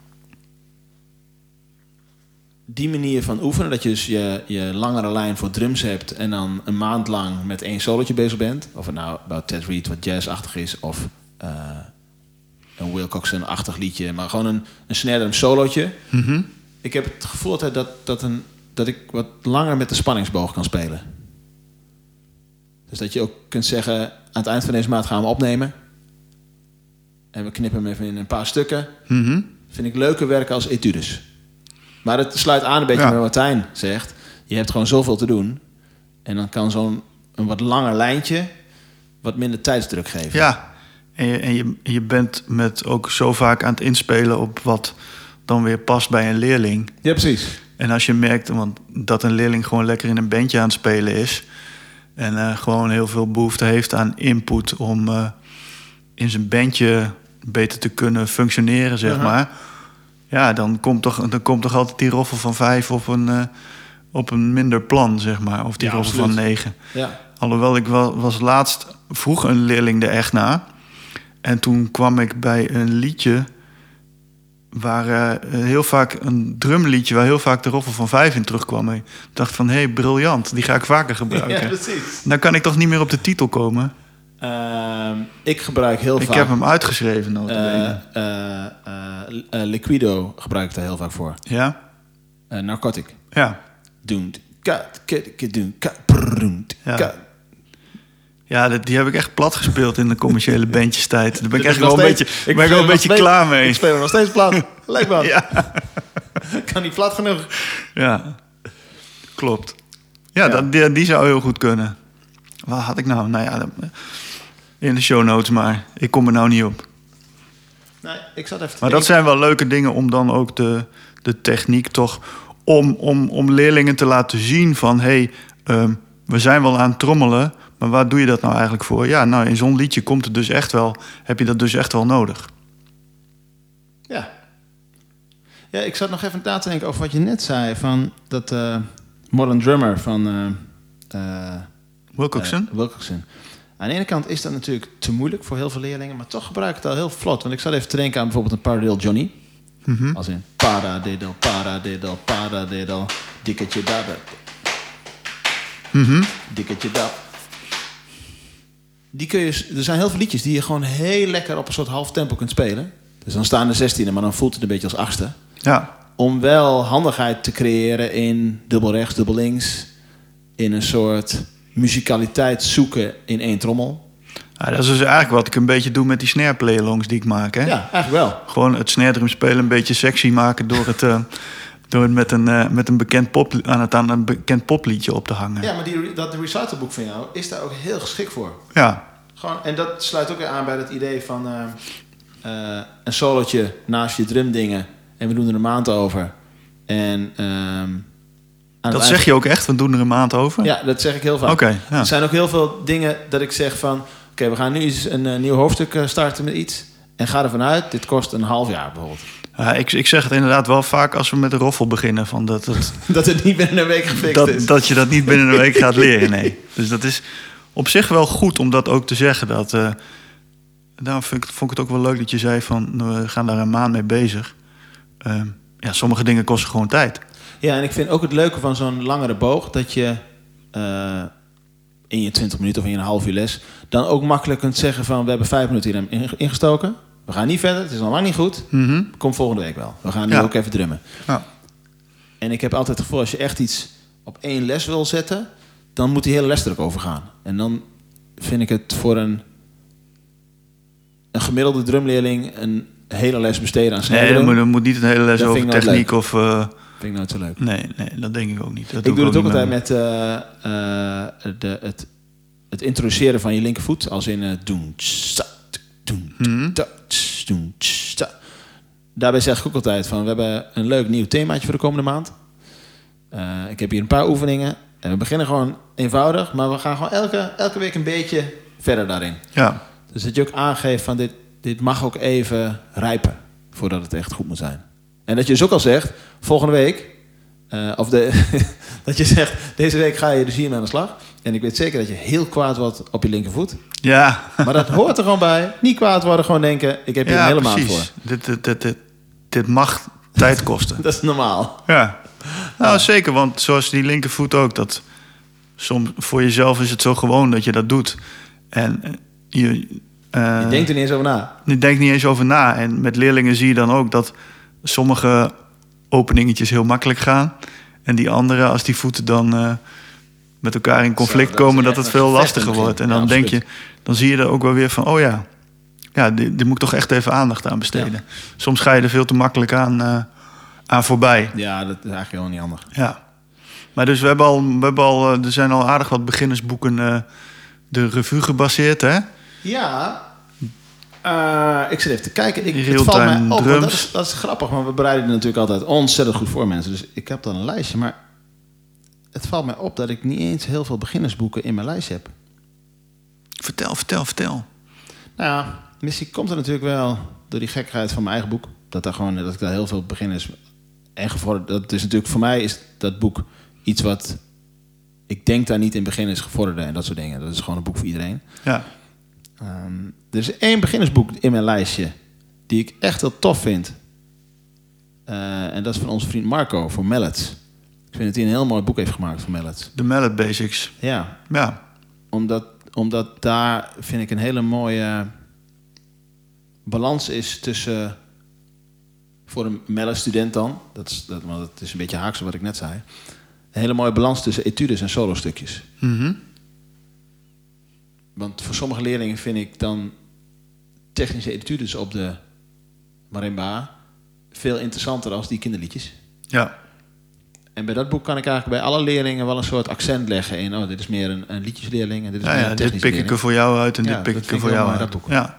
die manier van oefenen, dat je dus je, je langere lijn voor drums hebt en dan een maand lang met één solootje bezig bent. Of het nou About Ted Reed wat jazzachtig is of uh, een Wilcoxon-achtig liedje, maar gewoon een, een snare drum solootje. Mm-hmm. Ik heb het gevoel altijd dat, dat, een, dat ik wat langer met de spanningsboog kan spelen. Dus dat je ook kunt zeggen, aan het eind van deze maand gaan we opnemen. En we knippen hem even in een paar stukken. Mm-hmm. Vind ik leuker werken als etudes. Maar het sluit aan een beetje ja. bij wat Tijn zegt. Je hebt gewoon zoveel te doen. En dan kan zo'n een wat langer lijntje wat minder tijdsdruk geven. Ja, en je, en je, je bent met ook zo vaak aan het inspelen op wat dan weer past bij een leerling. Ja, precies. En als je merkt, want dat een leerling gewoon lekker in een bandje aan het spelen is en uh, gewoon heel veel behoefte heeft aan input om uh, in zijn bandje beter te kunnen functioneren, zeg uh-huh. maar. Ja, dan komt, toch, dan komt toch altijd die roffel van vijf op een, uh, op een minder plan, zeg maar. Of die ja, roffel van negen. Ja. Alhoewel, ik wel, was laatst vroeg een leerling er echt na. En toen kwam ik bij een liedje waar uh, heel vaak een drumliedje waar heel vaak de roffel van vijf in terugkwam. Ik dacht van, hé, hey, briljant, die ga ik vaker gebruiken. Ja, precies. Dan kan ik toch niet meer op de titel komen? Uh, ik gebruik heel ik vaak... Ik heb hem uitgeschreven, notabene. Uh, uh, uh, uh, Liquido gebruik ik daar heel vaak voor. Ja? Uh, Narcotic. Ja. Doen, kat, kat, doen, kat, brrrm, ja. Ja, dat, die heb ik echt plat gespeeld in de commerciële bandjestijd. Daar ben ik echt wel een steeds, beetje, ik ben wel een beetje steeds, klaar mee. Ik speel er nog steeds plat. Leuk man. Ja. Kan niet plat genoeg. Ja, klopt. Ja, ja. Dat, die, die zou heel goed kunnen. Wat had ik nou? Nou ja, in de show notes maar. Ik kom er nou niet op. Nee, ik zat even maar dat zijn wel leuke dingen om dan ook de, de techniek toch... Om, om, om leerlingen te laten zien van... hé, hey, um, we zijn wel aan het trommelen... maar waar doe je dat nou eigenlijk voor? Ja, nou, in zo'n liedje komt het dus echt wel... heb je dat dus echt wel nodig. Ja. Ja, ik zat nog even na te denken over wat je net zei... van dat uh, Modern Drummer van... Uh, uh, Wilcoxon? Uh, Wilcoxon. Aan de ene kant is dat natuurlijk te moeilijk voor heel veel leerlingen... maar toch gebruik ik het al heel vlot. Want ik zat even te denken aan bijvoorbeeld een Paradiddle Johnny... Mm-hmm. Als in paradiddle, paradiddle, paradiddle, dikketje dabbe. Mm-hmm. Dikketje dab. Die kun je, er zijn heel veel liedjes die je gewoon heel lekker op een soort half tempo kunt spelen. Dus dan staan de zestiende, maar dan voelt het een beetje als achtste. Ja. Om wel handigheid te creëren in dubbel rechts, dubbel links. In een soort muzikaliteit zoeken in één trommel. Ja, dat is dus eigenlijk wat ik een beetje doe met die snare play-alongs die ik maak. Hè? Ja, eigenlijk wel. Gewoon het snare drum spelen een beetje sexy maken... door het, uh, door het met, een, uh, met een bekend pop, aan het aan een bekend popliedje op te hangen. Ja, maar die, dat recitalboek van jou is daar ook heel geschikt voor. Ja. Gewoon, en dat sluit ook weer aan bij het idee van... Uh, uh, een solootje naast je drumdingen... en we doen er een maand over. En... Um, dat zeg je ook echt? We doen er een maand over? Ja, dat zeg ik heel vaak. Okay, ja. Er zijn ook heel veel dingen dat ik zeg van... Oké, okay, we gaan nu eens een uh, nieuw hoofdstuk uh, starten met iets. En ga ervan uit, dit kost een half jaar bijvoorbeeld. Ja, ik, ik zeg het inderdaad wel vaak als we met de roffel beginnen. Van dat, het, dat het niet binnen een week gefixt dat, is. Dat je dat niet binnen een week gaat leren, nee. Dus dat is op zich wel goed om dat ook te zeggen. Dat, uh, daarom vond ik, vond ik het ook wel leuk dat je zei van... we gaan daar een maand mee bezig. Uh, ja, sommige dingen kosten gewoon tijd. Ja, en ik vind ook het leuke van zo'n langere boog... dat je uh, in je twintig minuten of in je een half uur les... dan ook makkelijk kunt zeggen van... we hebben vijf minuten hier ingestoken. We gaan niet verder, het is nog lang niet goed. Mm-hmm. Kom volgende week wel. We gaan nu ja. ook even drummen. Ja. En ik heb altijd het gevoel... als je echt iets op één les wil zetten... dan moet die hele les er ook over gaan. En dan vind ik het voor een... een gemiddelde drumleerling... een hele les besteden aan snijden. Nee, dan moet, dan moet niet een hele les dat over techniek of... Uh... vind ik nooit zo leuk. Nee, nee, dat denk ik ook niet. Dat ik doe, doe het ook altijd met, met uh, uh, de, het, het introduceren van je linkervoet. Als in... Uh, doen, tsa, doen, hmm. ta, tss, doen, tsa. Daarbij zeg ik ook altijd van... we hebben een leuk nieuw themaatje voor de komende maand. Uh, ik heb hier een paar oefeningen. En we beginnen gewoon eenvoudig. Maar we gaan gewoon elke, elke week een beetje verder daarin. Ja. Dus dat je ook aangeeft van... dit, dit mag ook even rijpen... voordat het echt goed moet zijn. En dat je dus ook al zegt... volgende week Uh, of de, dat je zegt, deze week ga je dus hiermee aan de slag. En ik weet zeker dat je heel kwaad wordt op je linkervoet. Ja. Maar dat hoort er gewoon bij. Niet kwaad worden, gewoon denken, ik heb hier ja, een hele precies. maand voor. Dit, dit, dit, dit, dit mag tijd kosten. Dat is normaal. Ja. Nou, Ja. zeker, want zoals die linkervoet ook, dat soms voor jezelf is het zo gewoon dat je dat doet. En je, uh, Je denkt er niet eens over na. je denkt niet eens over na. En met leerlingen zie je dan ook dat sommige openingetjes heel makkelijk gaan. En die andere, als die voeten dan uh, met elkaar in conflict Zo, dat is komen, dat echt het een veel gevecht lastiger in het wordt. En begin. dan Ja, denk je, absoluut. dan zie je er ook wel weer van, oh ja, ja, dit, dit moet ik toch echt even aandacht aan besteden. Ja. Soms ga je er veel te makkelijk aan, uh, aan voorbij. Ja, dat is eigenlijk heel niet handig. Ja. Maar dus we hebben al, we hebben al uh, er zijn al aardig wat beginnersboeken uh, de revue gebaseerd, hè? Ja, uh, ik zit even te kijken. Ik, het Real-time valt mij op, want drums. dat is, dat is grappig, want we bereiden er natuurlijk altijd ontzettend goed voor mensen. Dus ik heb dan een lijstje, maar het valt mij op dat ik niet eens heel veel beginnersboeken in mijn lijst heb. Vertel, vertel, vertel. Nou ja, misschien komt het natuurlijk wel door die gekkigheid van mijn eigen boek. Dat, daar gewoon, dat ik daar heel veel beginners en gevorderd... Dat is natuurlijk, voor mij is dat boek iets wat... Ik denk daar niet in beginners, gevorderden en dat soort dingen. Dat is gewoon een boek voor iedereen. Ja. Um, er is één beginnersboek in mijn lijstje die ik echt heel tof vind. Uh, en dat is van onze vriend Marco voor Mallets. Ik vind dat hij een heel mooi boek heeft gemaakt voor Mallets. De Mallet Basics. Ja, Ja. omdat, omdat daar vind ik een hele mooie balans is tussen... Voor een Mallet-student dan, dat is, dat, want het is een beetje haaks op wat ik net zei... Een hele mooie balans tussen etudes en solostukjes. Mm-hmm. Want voor sommige leerlingen vind ik dan technische etudes op de marimba veel interessanter als die kinderliedjes. Ja. En bij dat boek kan ik eigenlijk bij alle leerlingen wel een soort accent leggen in... oh, dit is meer een, een liedjesleerling en dit is Ja, meer ja, een dit technische pik ik er leerling. voor jou uit en Ja, dit pik dat ik er vind voor ik jou heel uit. mooi, dat boek. Ja.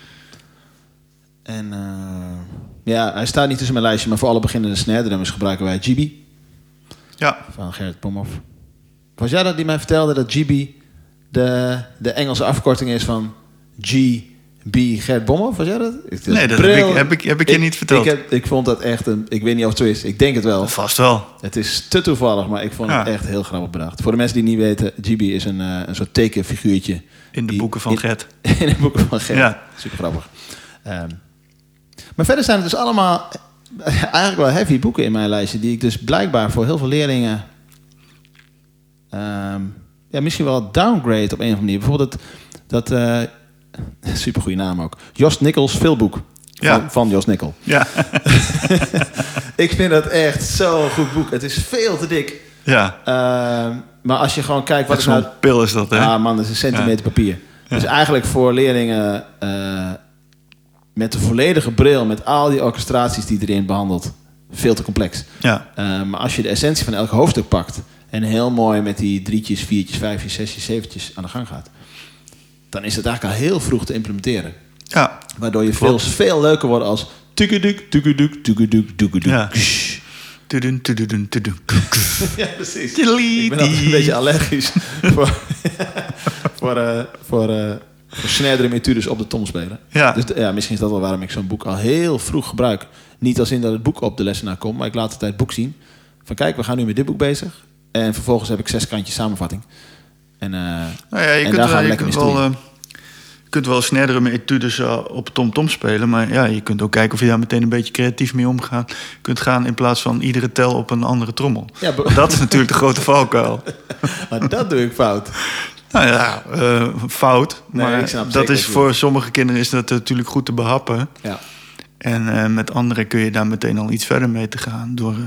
En uh, ja, hij staat niet tussen mijn lijstje... maar voor alle beginnende snare-drummers gebruiken wij G B Ja. van Gerrit Bomhoff. Was jij dat die mij vertelde dat G B de, de Engelse afkorting is van G B Gerrit Bomhoff? Was jij dat? Ik, Nee, dat bril- heb ik, heb ik, heb ik je niet verteld. Ik, heb, ik vond dat echt een... Ik weet niet of het zo is. Ik denk het wel. Vast wel. Het is te toevallig, maar ik vond het Ja. echt heel grappig bedacht. Voor de mensen die het niet weten, G B is een, uh, een soort tekenfiguurtje. In de die- boeken van in- Gert. In de boeken van Gert. Ja. Super grappig. Um, maar verder zijn het dus allemaal eigenlijk wel heavy boeken in mijn lijstje... die ik dus blijkbaar voor heel veel leerlingen... Um, ja, misschien wel downgrade op een of andere manier. Bijvoorbeeld dat... dat uh, super goede naam ook. Jos Nichols filmboek. Ja. Van, van Jos Nickel. Ja. Ik vind dat echt zo'n goed boek. Het is veel te dik. Ja. Uh, maar als je gewoon kijkt... Wat wat is zo'n nou... pil is dat, hè? Ah man, dat is een centimeter Ja. papier. Ja. Dus eigenlijk voor leerlingen... Uh, met de volledige bril... met al die orchestraties die erin behandelt... veel te complex. Ja. Uh, maar als je de essentie van elk hoofdstuk pakt... en heel mooi met die drietjes, viertjes, vijfjes, zesjes, zeventjes aan de gang gaat... dan is het eigenlijk al heel vroeg te implementeren. Ja. Waardoor je veel, veel leuker wordt als... tukkeduk, tukkeduk, tukkeduk, tukkeduk. Ja. Tudun, tudun, tudun. Ja, precies. Ik ben altijd een beetje allergisch voor, voor, uh, voor, uh, voor snare drum etudes op de tom spelen. Ja. Dus ja, misschien is dat wel waarom ik zo'n boek al heel vroeg gebruik. Niet als in dat het boek op de lessenaar komt, maar ik laat het uit het boek zien. Van kijk, we gaan nu met dit boek bezig. En vervolgens heb ik zes kantjes samenvatting. En, uh, Nou ja, je en kunt, daar gaan wel, we je lekker kunt mee wel, stoeien. uh, je kunt wel snare drum etudes uh, op tom-tom spelen. Maar ja, je kunt ook kijken of je daar meteen een beetje creatief mee omgaan kunt gaan. In plaats van iedere tel op een andere trommel. Ja, be- Dat is natuurlijk de grote valkuil. Maar dat doe ik fout. Nou ja, uh, fout. Nee, maar ik snap dat zeker is wat je voor bedoelt. sommige kinderen is dat natuurlijk goed te behappen. Ja. En uh, met anderen kun je daar meteen al iets verder mee te gaan. Door, uh,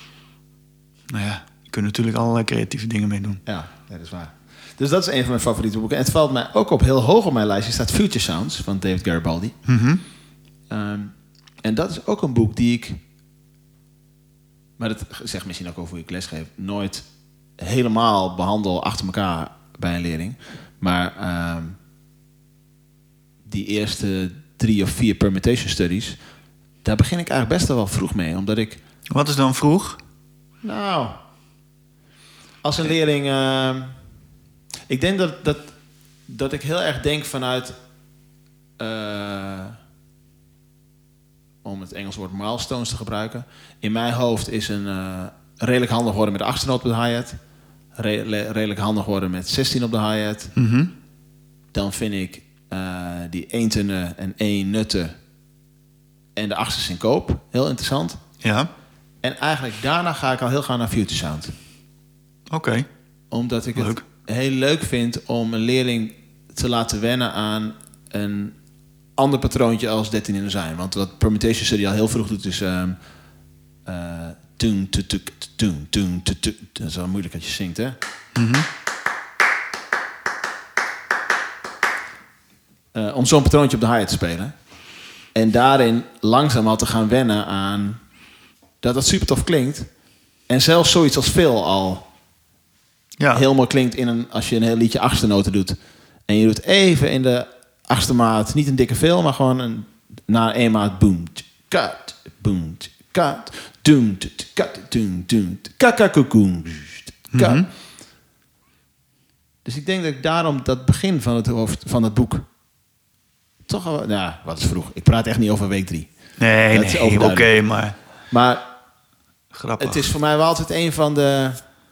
nou ja, je kunt natuurlijk allerlei creatieve dingen mee doen. Ja, dat is waar. Dus dat is een van mijn favoriete boeken. En het valt mij ook op, heel hoog op mijn lijstje staat Future Sounds van David Garibaldi. Mm-hmm. Um, en dat is ook een boek die ik... Maar dat zegt misschien ook over hoe ik lesgeef. Nooit helemaal behandel achter elkaar bij een leerling. Maar um, die eerste drie of vier permutation studies... daar begin ik eigenlijk best wel vroeg mee. Omdat ik... Wat is dan vroeg? Nou... Als een leerling... Uh, ik denk dat, dat, dat ik heel erg denk vanuit... Uh, om het Engels woord milestones te gebruiken. In mijn hoofd is een, uh, redelijk handig worden met de achtste noot op de hi-hat. Re- le- redelijk handig worden met zestien op de hi-hat. Mm-hmm. Dan vind ik uh, die eentenen en één nutten en de achtste syncoop heel interessant. Ja, En eigenlijk daarna ga ik al heel gauw naar Future Sound. oké. Okay. Omdat ik Leuk. het heel leuk vind om een leerling te laten wennen aan een ander patroontje als dertien in de zijn. Want wat Permutation Study al heel vroeg doet is... Um, uh, toon, toon, toon, toon, toon, toon. Dat is wel moeilijk als je zingt, hè? Mm-hmm. Uh, om zo'n patroontje op de hi-hat te spelen. En daarin langzaam al te gaan wennen aan... dat dat super tof klinkt. En zelfs zoiets als Phil al... Ja. heel mooi klinkt in een, als je een heel liedje achtste noten doet. En je doet even in de achtste maat, niet een dikke veel, maar gewoon een, na één maat boom, cut, boom, cut, doom, cut, doom, doom, kakakokoom, cut. Dus ik denk dat ik daarom dat begin van het hoofd van het boek toch al, nou, wat is vroeg. Ik praat echt niet over week drie. Nee, Dat is nee, oké, overduidelijk. okay, maar Maar grappig. het is voor mij wel altijd een van de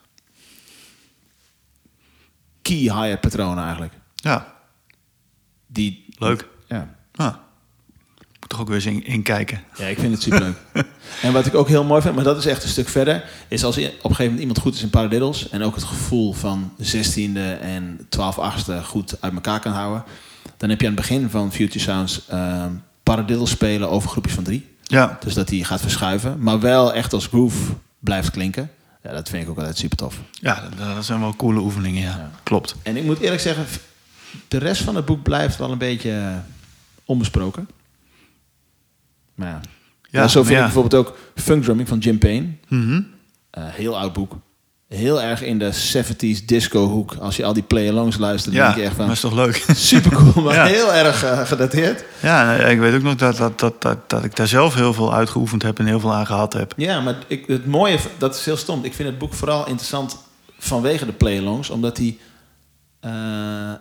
key hi-hat patronen eigenlijk. Ja, Die, leuk. ja. Ah. Moet toch ook weer eens in, in kijken. Ja, ik vind het superleuk. En wat ik ook heel mooi vind, maar dat is echt een stuk verder, is als op een gegeven moment iemand goed is in paradiddles en ook het gevoel van zestiende en twaalf achtste goed uit elkaar kan houden, dan heb je aan het begin van Future Sounds uh, paradiddles spelen over groepjes van drie. Ja, Dus dat die gaat verschuiven, maar wel echt als groove blijft klinken. Ja, dat vind ik ook altijd super tof. ja dat, dat zijn wel coole oefeningen, ja. Ja. Klopt. En ik moet eerlijk zeggen, de rest van het boek blijft wel een beetje uh, onbesproken. Maar ja. Ja, Ja, zo vind ja. ik bijvoorbeeld ook Funk Drumming van Jim Payne. Mm-hmm. Uh, heel oud boek. Heel erg in de zeventies disco hoek. Als je al die play-alongs luistert, Ja, denk je echt maar van... is toch leuk? Super cool, maar Ja. heel erg uh, gedateerd. Ja, ik weet ook nog dat, dat, dat, dat, dat ik daar zelf heel veel uitgeoefend heb en heel veel aan gehad heb. Ja, maar ik, het mooie, dat is heel stom. Ik vind het boek vooral interessant vanwege de play-alongs. Omdat die... Uh,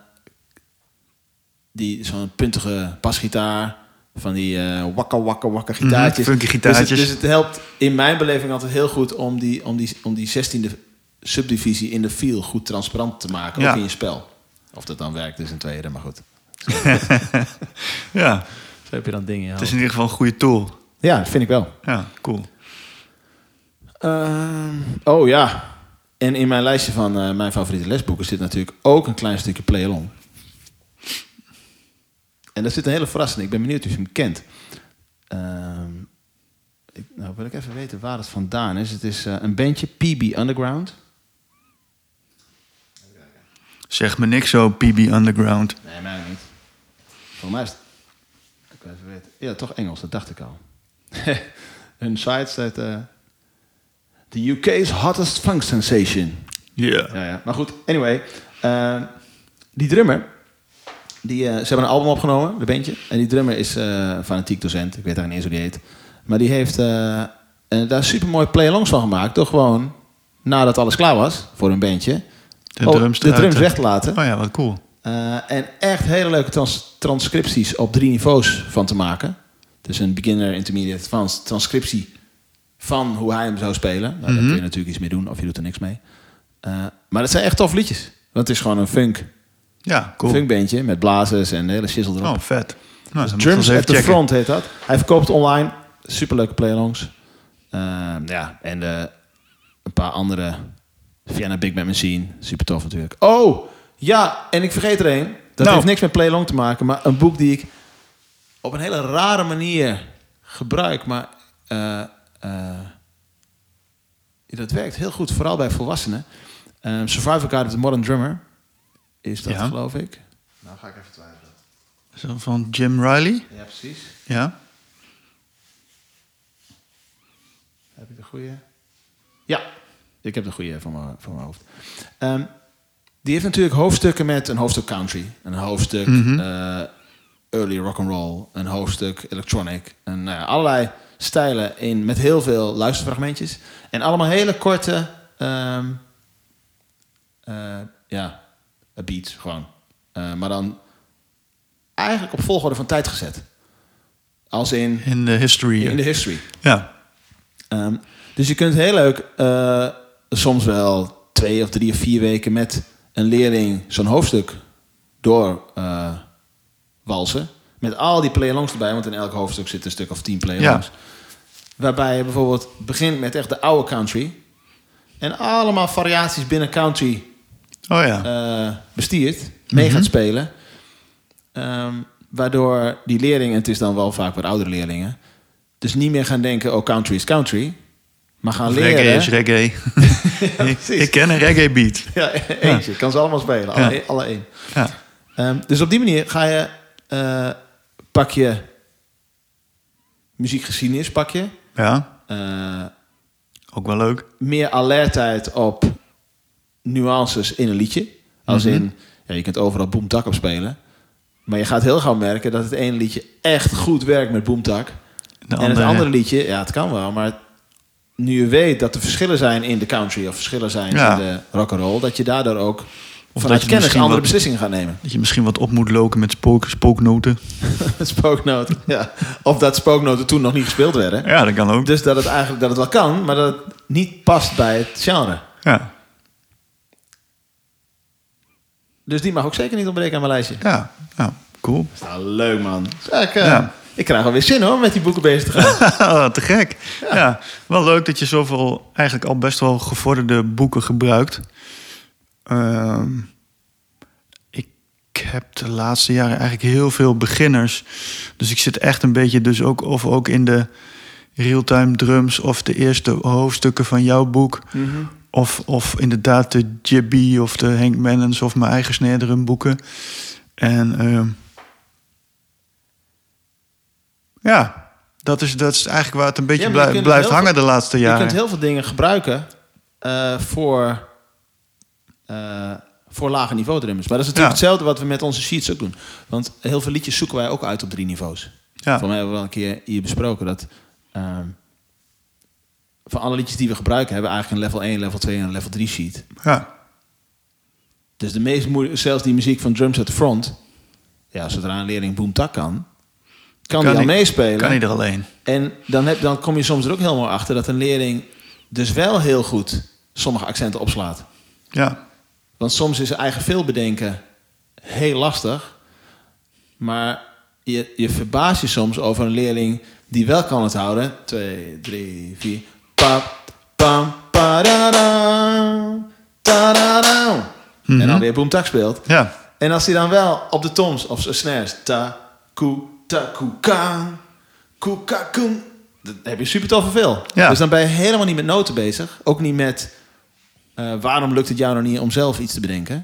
die zo'n puntige basgitaar... van die uh, wakka wakka wakka gitaartjes. Mm, funky gitaartjes. Dus het, dus het helpt in mijn beleving altijd heel goed... om die, om die, om die zestiende subdivisie in de feel goed transparant te maken. Ja. Ook in je spel. Of dat dan werkt is een tweede, maar goed. Ja, Zo heb je dan dingen in je het is hoofd. in ieder geval een goede tool. Ja, dat vind ik wel. Ja, cool. Ehm, oh ja. En in mijn lijstje van uh, mijn favoriete lesboeken... zit natuurlijk ook een klein stukje play-along. En daar zit een hele verrassing. Ik ben benieuwd of je hem kent. Ehm, ik, nou wil ik even weten waar het vandaan is. Het is uh, een bandje, P B Underground. Zeg me niks zo, P B Underground. Nee, mij niet. Voor mij is het... Ik wil even weten. Ja, toch Engels, dat dacht ik al. Hun site staat... Uh, The U K's hottest funk sensation. Ja. Ja, ja. Maar goed, anyway. Uh, die drummer... Die, uh, ze hebben een album opgenomen, de bandje. En die drummer is uh, fanatiek docent. Ik weet eigenlijk niet eens hoe die heet. Maar die heeft uh, uh, daar supermooi play-alongs van gemaakt. Door gewoon, nadat alles klaar was voor een bandje... De oh, drums, de eruit, drums hè? weg te laten. Oh ja, wat cool. Uh, en echt hele leuke trans- transcripties op drie niveaus van te maken. Dus een beginner, intermediate, advanced transcriptie van hoe hij hem zou spelen. Nou, Mm-hmm. daar kun je natuurlijk iets mee doen of je doet er niks mee. Uh, maar dat zijn echt tof liedjes. Want het is gewoon een funk, Ja, cool. funkbandje met blazers en de hele shizzle erop. Oh, vet. Nou, dan moet ik Drums eens at the even checken. Front heet dat. Hij verkoopt online. Superleuke play-alongs. Uh, ja, en uh, een paar andere. Vienna Big Band Machine. Super tof natuurlijk. Oh, ja, en ik vergeet er één. Dat Nou. heeft niks met play-along te maken. Maar een boek die ik op een hele rare manier gebruik. Maar uh, uh, dat werkt heel goed. Vooral bij volwassenen. Um, Survival Guide of the Modern Drummer. Is dat, Ja. geloof ik. Nou ga ik even twijfelen. Zo van Jim Riley. Ja, precies. Ja. Heb ik de goede? Ja, ik heb de goede van mijn, van mijn hoofd. Um, die heeft natuurlijk hoofdstukken met een hoofdstuk country, een hoofdstuk Mhm. uh, early rock and roll, een hoofdstuk electronic, en nou ja, allerlei stijlen in met heel veel luisterfragmentjes en allemaal hele korte, um, uh, ja, beats gewoon, uh, maar dan eigenlijk op volgorde van tijd gezet, als in In de history. in de history. Ja. Um, dus je kunt heel leuk, uh, soms wel twee of drie of vier weken met een leerling zo'n hoofdstuk door uh, walsen. Met al die play-alongs erbij, want in elk hoofdstuk zit een stuk of tien play-alongs. Ja. Waarbij je bijvoorbeeld begint met echt de oude country. En allemaal variaties binnen country oh ja. uh, bestiert. Mm-hmm. Mee gaat spelen. Um, waardoor die leerlingen, en het is dan wel vaak wat oudere leerlingen, dus niet meer gaan denken, oh, country is country. Maar gaan of leren. Reggae is reggae. ja, ik ken een reggae beat. Ja, eentje. Ja. Kan ze allemaal spelen. Alle, ja. alle één. Ja. Um, dus op die manier ga je, uh, pak je muziekgeschiedenis, pak je. Ja. Uh, Ook wel leuk. Meer alertheid op nuances in een liedje. Als mm-hmm. in, ja, je kunt overal boomtak op spelen. Maar je gaat heel gauw merken dat het ene liedje echt goed werkt met boomtak. En andere, het andere liedje, ja, het kan wel, maar nu je weet dat er verschillen zijn in de country of verschillen zijn ja. in de rock'n'roll, dat je daardoor ook of vanuit kennis andere wat, beslissingen gaat nemen. Dat je misschien wat op moet loken met spook, spooknoten. spooknoten, ja. Of dat spooknoten toen nog niet gespeeld werden. Ja, dat kan ook. Dus dat het eigenlijk dat het wel kan, maar dat het niet past bij het genre. Ja. Dus die mag ook zeker niet ontbreken aan mijn lijstje. Ja, ja, cool. Dat is nou leuk, man. Ik, uh, ja. ik krijg alweer zin, hoor, met die boeken bezig te gaan. Te gek. Ja. ja, wel leuk dat je zoveel eigenlijk al best wel gevorderde boeken gebruikt. Uh, ik heb de laatste jaren eigenlijk heel veel beginners. Dus ik zit echt een beetje dus ook, of ook in de real-time drums of de eerste hoofdstukken van jouw boek. Mm-hmm. Of, of inderdaad de Jibby of de Hank Mannens of mijn eigen snare drum boeken. En uh, ja, dat is, dat is eigenlijk waar het een beetje ja, blij, blijft hangen veel, de laatste jaren. Je kunt heel veel dingen gebruiken uh, voor, uh, voor lage niveau drummers. Maar dat is natuurlijk ja. hetzelfde wat we met onze sheets ook doen. Want heel veel liedjes zoeken wij ook uit op drie niveaus. Ja. Voor mij hebben we wel een keer hier besproken dat Uh, van alle liedjes die we gebruiken hebben we eigenlijk een level één, level twee en een level drie sheet. Ja. Dus de meest moeilijke, zelfs die muziek van Drums at the Front, ja, zodra een leerling boomtak kan, kan hij al meespelen. Kan hij er alleen. En dan, heb, dan kom je soms er ook helemaal achter dat een leerling dus wel heel goed sommige accenten opslaat. Ja. Want soms is zijn eigen veel bedenken heel lastig, maar je, je verbaast je soms over een leerling die wel kan het houden. Twee, drie, vier. Pa, pam, pa, da, da, da, da, da. Mm-hmm. En dan weer boomtak speelt. Ja. En als hij dan wel op de toms of snares. Ta, ku, ta, ku, ka, ku, ka, ku. Dan heb je super tof veel. Ja. Dus dan ben je helemaal niet met noten bezig. Ook niet met uh, waarom lukt het jou nog niet om zelf iets te bedenken.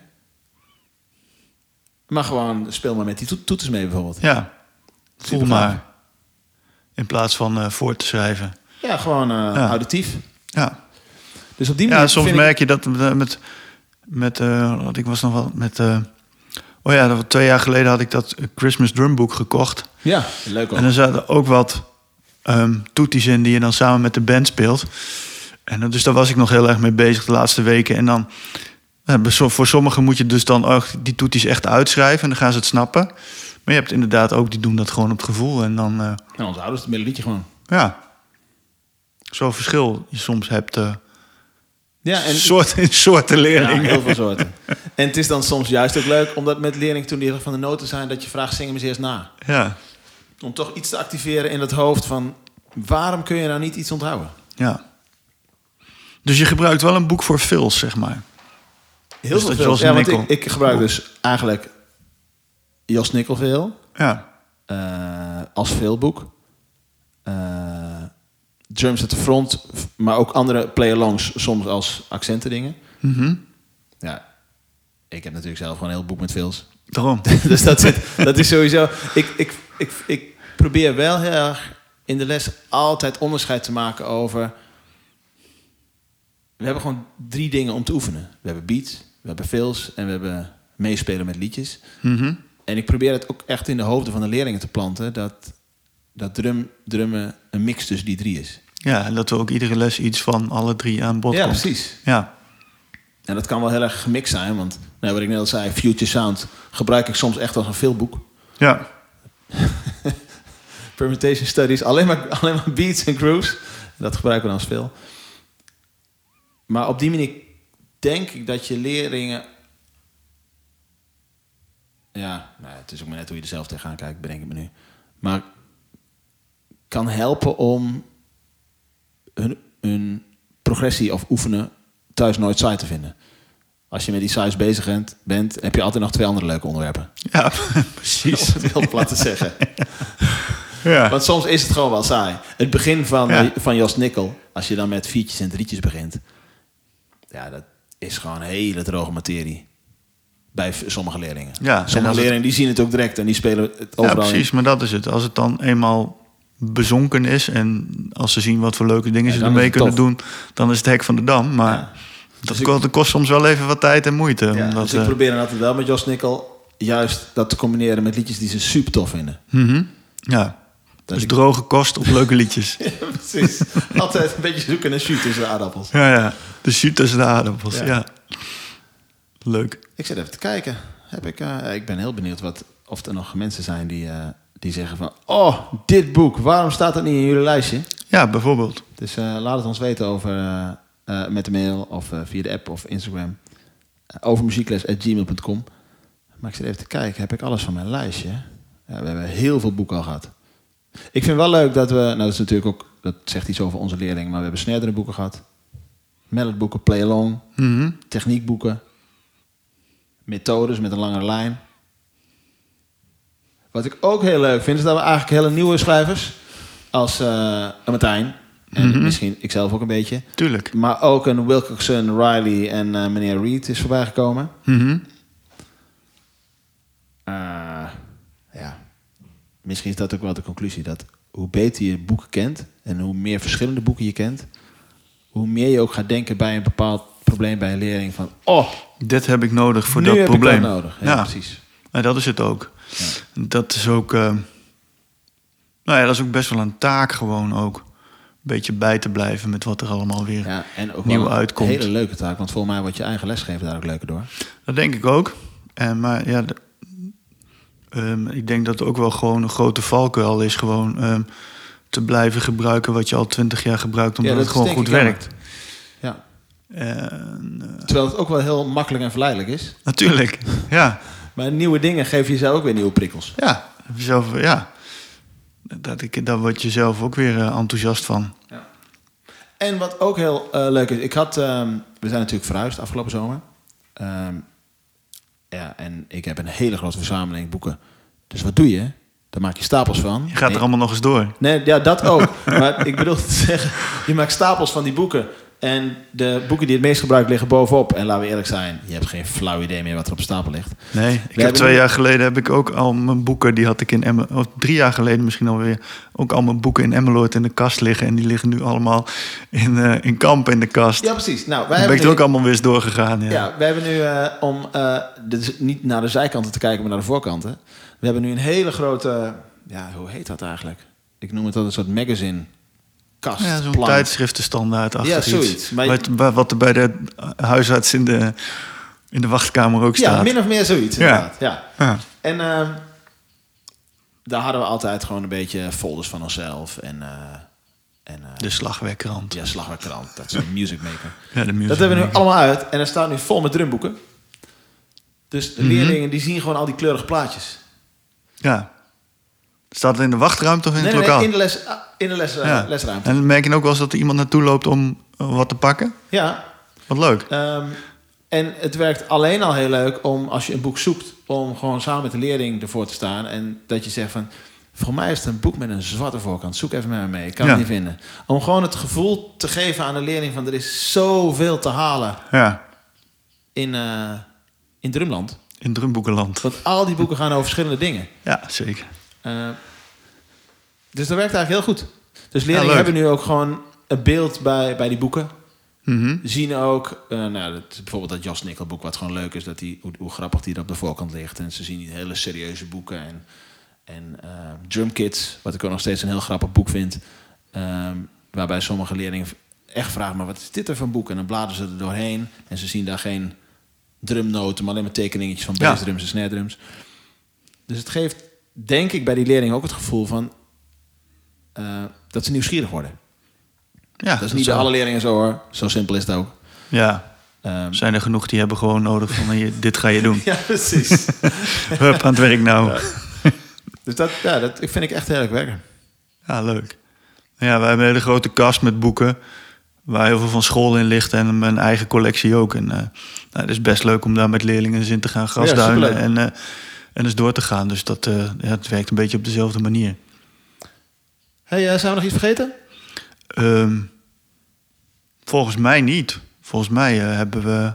Maar gewoon speel maar met die to- toeters mee bijvoorbeeld. Ja. Voel maar. In plaats van uh, voor te schrijven. Ja, gewoon uh, ja. auditief. Ja. Dus op die manier. Ja, soms vind merk ik... je dat met met uh, wat ik was nog wel met. Uh, oh ja, dat, twee jaar geleden had ik dat Christmas drumboek gekocht. Ja, leuk ook. En er zaten ook wat um, toeties in die je dan samen met de band speelt. En dus daar was ik nog heel erg mee bezig de laatste weken. En dan uh, voor sommigen moet je dus dan ook die toeties echt uitschrijven en dan gaan ze het snappen. Maar je hebt inderdaad ook die doen dat gewoon op het gevoel en dan. Uh, ja, ons ouders het melodietje gewoon. Ja. Zo'n verschil je soms hebt. Uh, ja, en soort in soorten leerlingen. Ja, heel veel soorten. En het is dan soms juist ook leuk, omdat met leerlingen toen die van de noten zijn, dat je vraagt, zing hem eens eerst na. Ja. Om toch iets te activeren in het hoofd van, waarom kun je nou niet iets onthouden? Ja. Dus je gebruikt wel een boek voor fills, zeg maar. Heel dus veel fills. Ja, want ik, ik gebruik dus eigenlijk Jos Nickel veel. Ja. Uh, als veelboek. Uh, Drums at the Front, maar ook andere play-alongs, soms als accentendingen. Mm-hmm. Ja, ik heb natuurlijk zelf gewoon een heel boek met fills. Daarom. Dus dat, zit, dat is sowieso. Ik, ik, ik, ik probeer wel heel erg in de les altijd onderscheid te maken over. We hebben gewoon drie dingen om te oefenen. We hebben beats, we hebben fills en we hebben meespelen met liedjes. Mm-hmm. En ik probeer het ook echt in de hoofden van de leerlingen te planten dat, dat drum, drummen een mix tussen die drie is. Ja, en dat er ook iedere les iets van alle drie aan bod ja, komt. Precies. Ja, en dat kan wel heel erg gemixt zijn, want nou, wat ik net al zei, Future Sound gebruik ik soms echt als een veelboek. Ja. Permutation Studies, alleen maar, alleen maar beats en grooves. Dat gebruiken we dan veel. Maar op die manier denk ik dat je leerlingen... Ja, nou, het is ook maar net hoe je er zelf tegenaan kijkt, bedenk ik me nu. Maar kan helpen om hun, hun progressie of oefenen thuis nooit saai te vinden. Als je met die saais bezig bent, bent, heb je altijd nog twee andere leuke onderwerpen. Ja, precies. Om het heel plat te zeggen. Ja. Want soms is het gewoon wel saai. Het begin van, Ja. van Jos Nikkel, als je dan met viertjes en drietjes begint. Ja, dat is gewoon hele droge materie. Bij v- sommige leerlingen. Ja, en sommige als leerlingen die zien het ook direct en die spelen het overal Ja, in. precies, maar dat is het. Als het dan eenmaal bezonken is en als ze zien wat voor leuke dingen Ja, ze dan ermee is het kunnen tof. doen, dan is het hek van de dam. Maar Ja. dat, Dus ik- kost, dat kost soms wel even wat tijd en moeite. Ja, omdat, dus ik eh, probeer dan altijd wel met Jos Nikkel juist dat te combineren met liedjes die ze super tof vinden. mhm. Ja, dus ik- droge kost op leuke liedjes. Ja, precies. Altijd een beetje zoeken naar shoot tussen de aardappels. Ja, ja. De shoot tussen de aardappels, Ja. ja. Leuk. Ik zit even te kijken. Heb ik, uh, ik ben heel benieuwd wat, of er nog mensen zijn die, uh, die zeggen van... Oh, dit boek, waarom staat dat niet in jullie lijstje? Ja, bijvoorbeeld. Dus uh, laat het ons weten over, uh, uh, met de mail of uh, via de app of Instagram. Uh, over muziekles at gmail dot com. Maar ik zit even te kijken, heb ik alles van mijn lijstje? Ja, we hebben heel veel boeken al gehad. Ik vind wel leuk dat we... Nou, dat is natuurlijk ook... Dat zegt iets over onze leerlingen. Maar we hebben snerdere boeken gehad. Melodboeken, play-along. Mhm. Techniekboeken. Methodes met een langere lijn. Wat ik ook heel leuk vind, is dat we eigenlijk hele nieuwe schrijvers... als uh, Martijn... en Mhm. misschien ikzelf ook een beetje... Tuurlijk. maar ook een Wilcoxon, Riley en uh, meneer Reed is voorbij gekomen. Mhm. Uh, ja, misschien is dat ook wel de conclusie. Dat hoe beter je boeken kent... en hoe meer verschillende boeken je kent... hoe meer je ook gaat denken bij een bepaald probleem bij een leerling... van, oh, Dit heb ik nodig voor nu dat heb probleem. ik dat nodig. Ja, Ja. precies. Ja, dat is het ook. Ja. Dat is ook... eh, nou ja, dat is ook best wel een taak gewoon ook. Een beetje bij te blijven met wat er allemaal weer... Ja, en ook nieuw wel een uitkomt. hele leuke taak. Want volgens mij wordt je eigen lesgeven daar ook leuker door. Dat denk ik ook. En, maar ja, de- ehm, ik denk dat het ook wel gewoon een grote valkuil is. Gewoon ehm, te blijven gebruiken wat je al twintig jaar gebruikt. Omdat Ja, dat het gewoon is denk goed ik werkt. Ja. En, eh, Terwijl het ook wel heel makkelijk en verleidelijk is. natuurlijk, ja. Maar nieuwe dingen geven jezelf ook weer nieuwe prikkels. Ja, zelf, ja. Dat ik, daar word je zelf ook weer eh, enthousiast van. Ja. En wat ook heel uh, leuk is... Ik had, um, we zijn natuurlijk verhuisd afgelopen zomer. Um, ja, en ik heb een hele grote verzameling boeken. Dus wat doe je? Daar maak je stapels van. Je gaat Nee, er allemaal nog eens door. Nee, ja, dat ook. Maar ik bedoel te zeggen... Je maakt stapels van die boeken... En de boeken die het meest gebruikt liggen bovenop. En laten we eerlijk zijn, je hebt geen flauw idee meer wat er op stapel ligt. Nee, ik heb hebben twee nu- jaar geleden heb ik ook al mijn boeken, die had ik in Emmen, of drie jaar geleden misschien alweer, ook al mijn boeken in Emmeloord in de kast liggen. En die liggen nu allemaal in, eh, in Kamp in de kast. Ja, precies. Nou, wij Dan ben hebben ik er nu, ook allemaal weer eens doorgegaan. Ja. ja, we hebben nu uh, om uh, dus niet naar de zijkanten te kijken, maar naar de voorkanten. We hebben nu een hele grote, ja, hoe heet dat eigenlijk? Ik noem het altijd een soort magazine kast. Ja, zo'n plank. tijdschriftenstandaard achter Ja, iets. zoiets. Maar- Wat, wat er bij de huisarts in de, in de wachtkamer ook Ja, staat. min of meer zoiets Ja. inderdaad. Ja. Ja. En uh, daar hadden we altijd gewoon een beetje folders van onszelf en, uh, en uh, De slagwerkrand. ja, slagwerkrant, dat is een music maker. Ja, de music Dat hebben we nu maker. allemaal uit. En er staat nu vol met drumboeken. Dus de Mhm. leerlingen die zien gewoon al die kleurige plaatjes. Ja. Staat het in de wachtruimte of in Nee, het nee, lokaal? nee, in de, les, ah, in de les, uh, Ja. lesruimte. En merk je ook wel eens dat er iemand naartoe loopt om uh, wat te pakken? Ja. Wat leuk. Um, en het werkt alleen al heel leuk om, als je een boek zoekt, om gewoon samen met de leerling ervoor te staan. En dat je zegt van, voor mij is het een boek met een zwarte voorkant. Zoek even met me mee, ik kan Ja. het niet vinden. Om gewoon het gevoel te geven aan de leerling van, er is zoveel te halen Ja, in, uh, in drumland. in drumboekenland. Want al die boeken gaan over verschillende dingen. Ja, zeker. Uh, dus dat werkt eigenlijk heel goed. Dus leerlingen Ja, leuk. hebben nu ook gewoon een beeld bij, bij die boeken. Mhm. Zien ook, uh, nou, dat, bijvoorbeeld dat Jos Nikkel boek, wat gewoon leuk is, dat die, hoe, hoe grappig die er op de voorkant ligt. En ze zien die hele serieuze boeken. En, en uh, Drum Kids, wat ik ook nog steeds een heel grappig boek vind. Um, waarbij sommige leerlingen echt vragen, maar wat is dit er voor een boek? En dan bladeren ze er doorheen en ze zien daar geen drumnoten, maar alleen maar tekeningetjes van Ja. bassdrums en snare drums. Dus het geeft, denk ik, bij die leerlingen ook het gevoel van uh, dat ze nieuwsgierig worden. Ja, dat is niet bij alle leerlingen zo hoor. Zo simpel is het ook. Ja, Um, zijn er genoeg die hebben gewoon nodig van je, dit ga je doen. ja, precies. Hup, aan het werk nou. Ja. Dus dat, ja, dat vind ik echt heel erg werken. Ja, leuk. Ja, wij hebben een hele grote kast met boeken waar heel veel van school in ligt en mijn eigen collectie ook. En uh, nou, het is best leuk om daar met leerlingen eens in te gaan grasduinen ja, en, uh, en eens door te gaan. Dus dat uh, ja, het werkt een beetje op dezelfde manier. Hey, uh, zijn we nog iets vergeten? Um, volgens mij niet. Volgens mij uh, hebben we...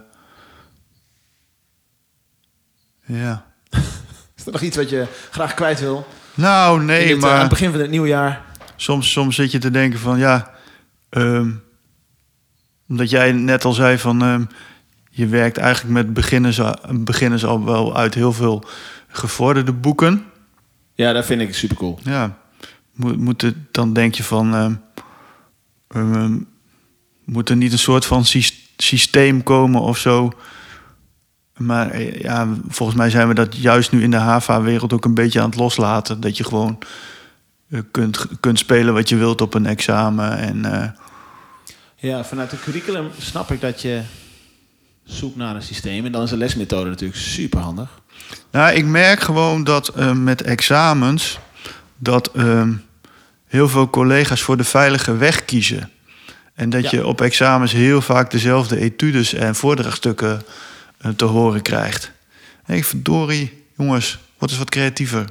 Ja. Is er nog iets wat je graag kwijt wil? Nou, nee, dit, maar... Uh, aan het begin van het nieuwe jaar. Soms, soms zit je te denken van, ja... Um, omdat jij net al zei van... Um, je werkt eigenlijk met beginners, beginners al wel uit heel veel gevorderde boeken. Ja, dat vind ik super cool. Ja. Moet, moet het, dan denk je van... Um, um, moet er niet een soort van systeem komen of zo? Maar ja, volgens mij zijn we dat juist nu in de H A V A-wereld ook een beetje aan het loslaten. Dat je gewoon uh, kunt, kunt spelen wat je wilt op een examen. En, uh... Ja, vanuit het curriculum snap ik dat je zoekt naar een systeem. En dan is de lesmethode natuurlijk super handig. Nou, ik merk gewoon dat uh, met examens... dat uh, heel veel collega's voor de veilige weg kiezen. En dat ja. je op examens heel vaak dezelfde etudes en voordrachtstukken uh, te horen krijgt. En ik verdorie, jongens, word eens wat creatiever.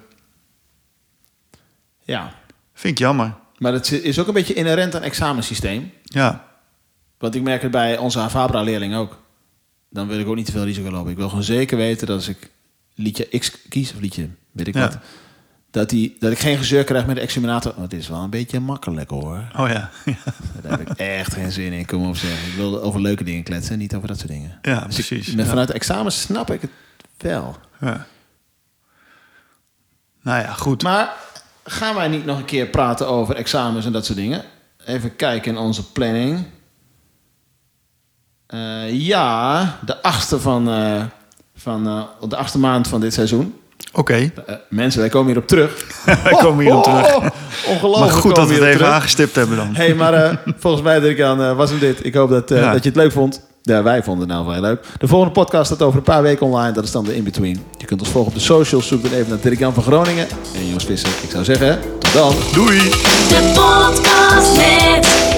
Ja. Vind ik jammer. Maar het is ook een beetje inherent aan examensysteem. Ja. Want ik merk het bij onze Avabra-leerling ook. Dan wil ik ook niet te veel risico lopen. Ik wil gewoon zeker weten dat als ik liedje X kies, of liedje, weet ik ja. wat... Dat, die, dat ik geen gezeur krijg met de examinator. Oh, dit is wel een beetje makkelijk hoor. Oh ja. ja. Daar heb ik echt geen zin in, kom op zeggen. Ik wil over leuke dingen kletsen, niet over dat soort dingen. Ja, dus precies. Ik, met, ja. Vanuit de examens snap ik het wel. Ja. Nou ja, goed. Maar gaan wij niet nog een keer praten over examens en dat soort dingen? Even kijken in onze planning. Uh, ja, de achtste van, uh, van uh, de achtste maand van dit seizoen. Oké. Okay. Uh, mensen, wij komen hierop terug. wij komen hierop oh, terug. Oh, ongelooflijk. Maar goed dat we het even terug. aangestipt hebben dan. Hé, hey, maar uh, volgens mij, Dirk-Jan, uh, was hem dit. Ik hoop dat, uh, ja. dat je het leuk vond. Ja, wij vonden het nou wel heel leuk. De volgende podcast staat over een paar weken online. Dat is dan de In-Between. Je kunt ons volgen op de socials. Zoek dan even naar Dirk-Jan van Groningen. En Jos Visser. Ik zou zeggen, tot dan. Doei. De podcast met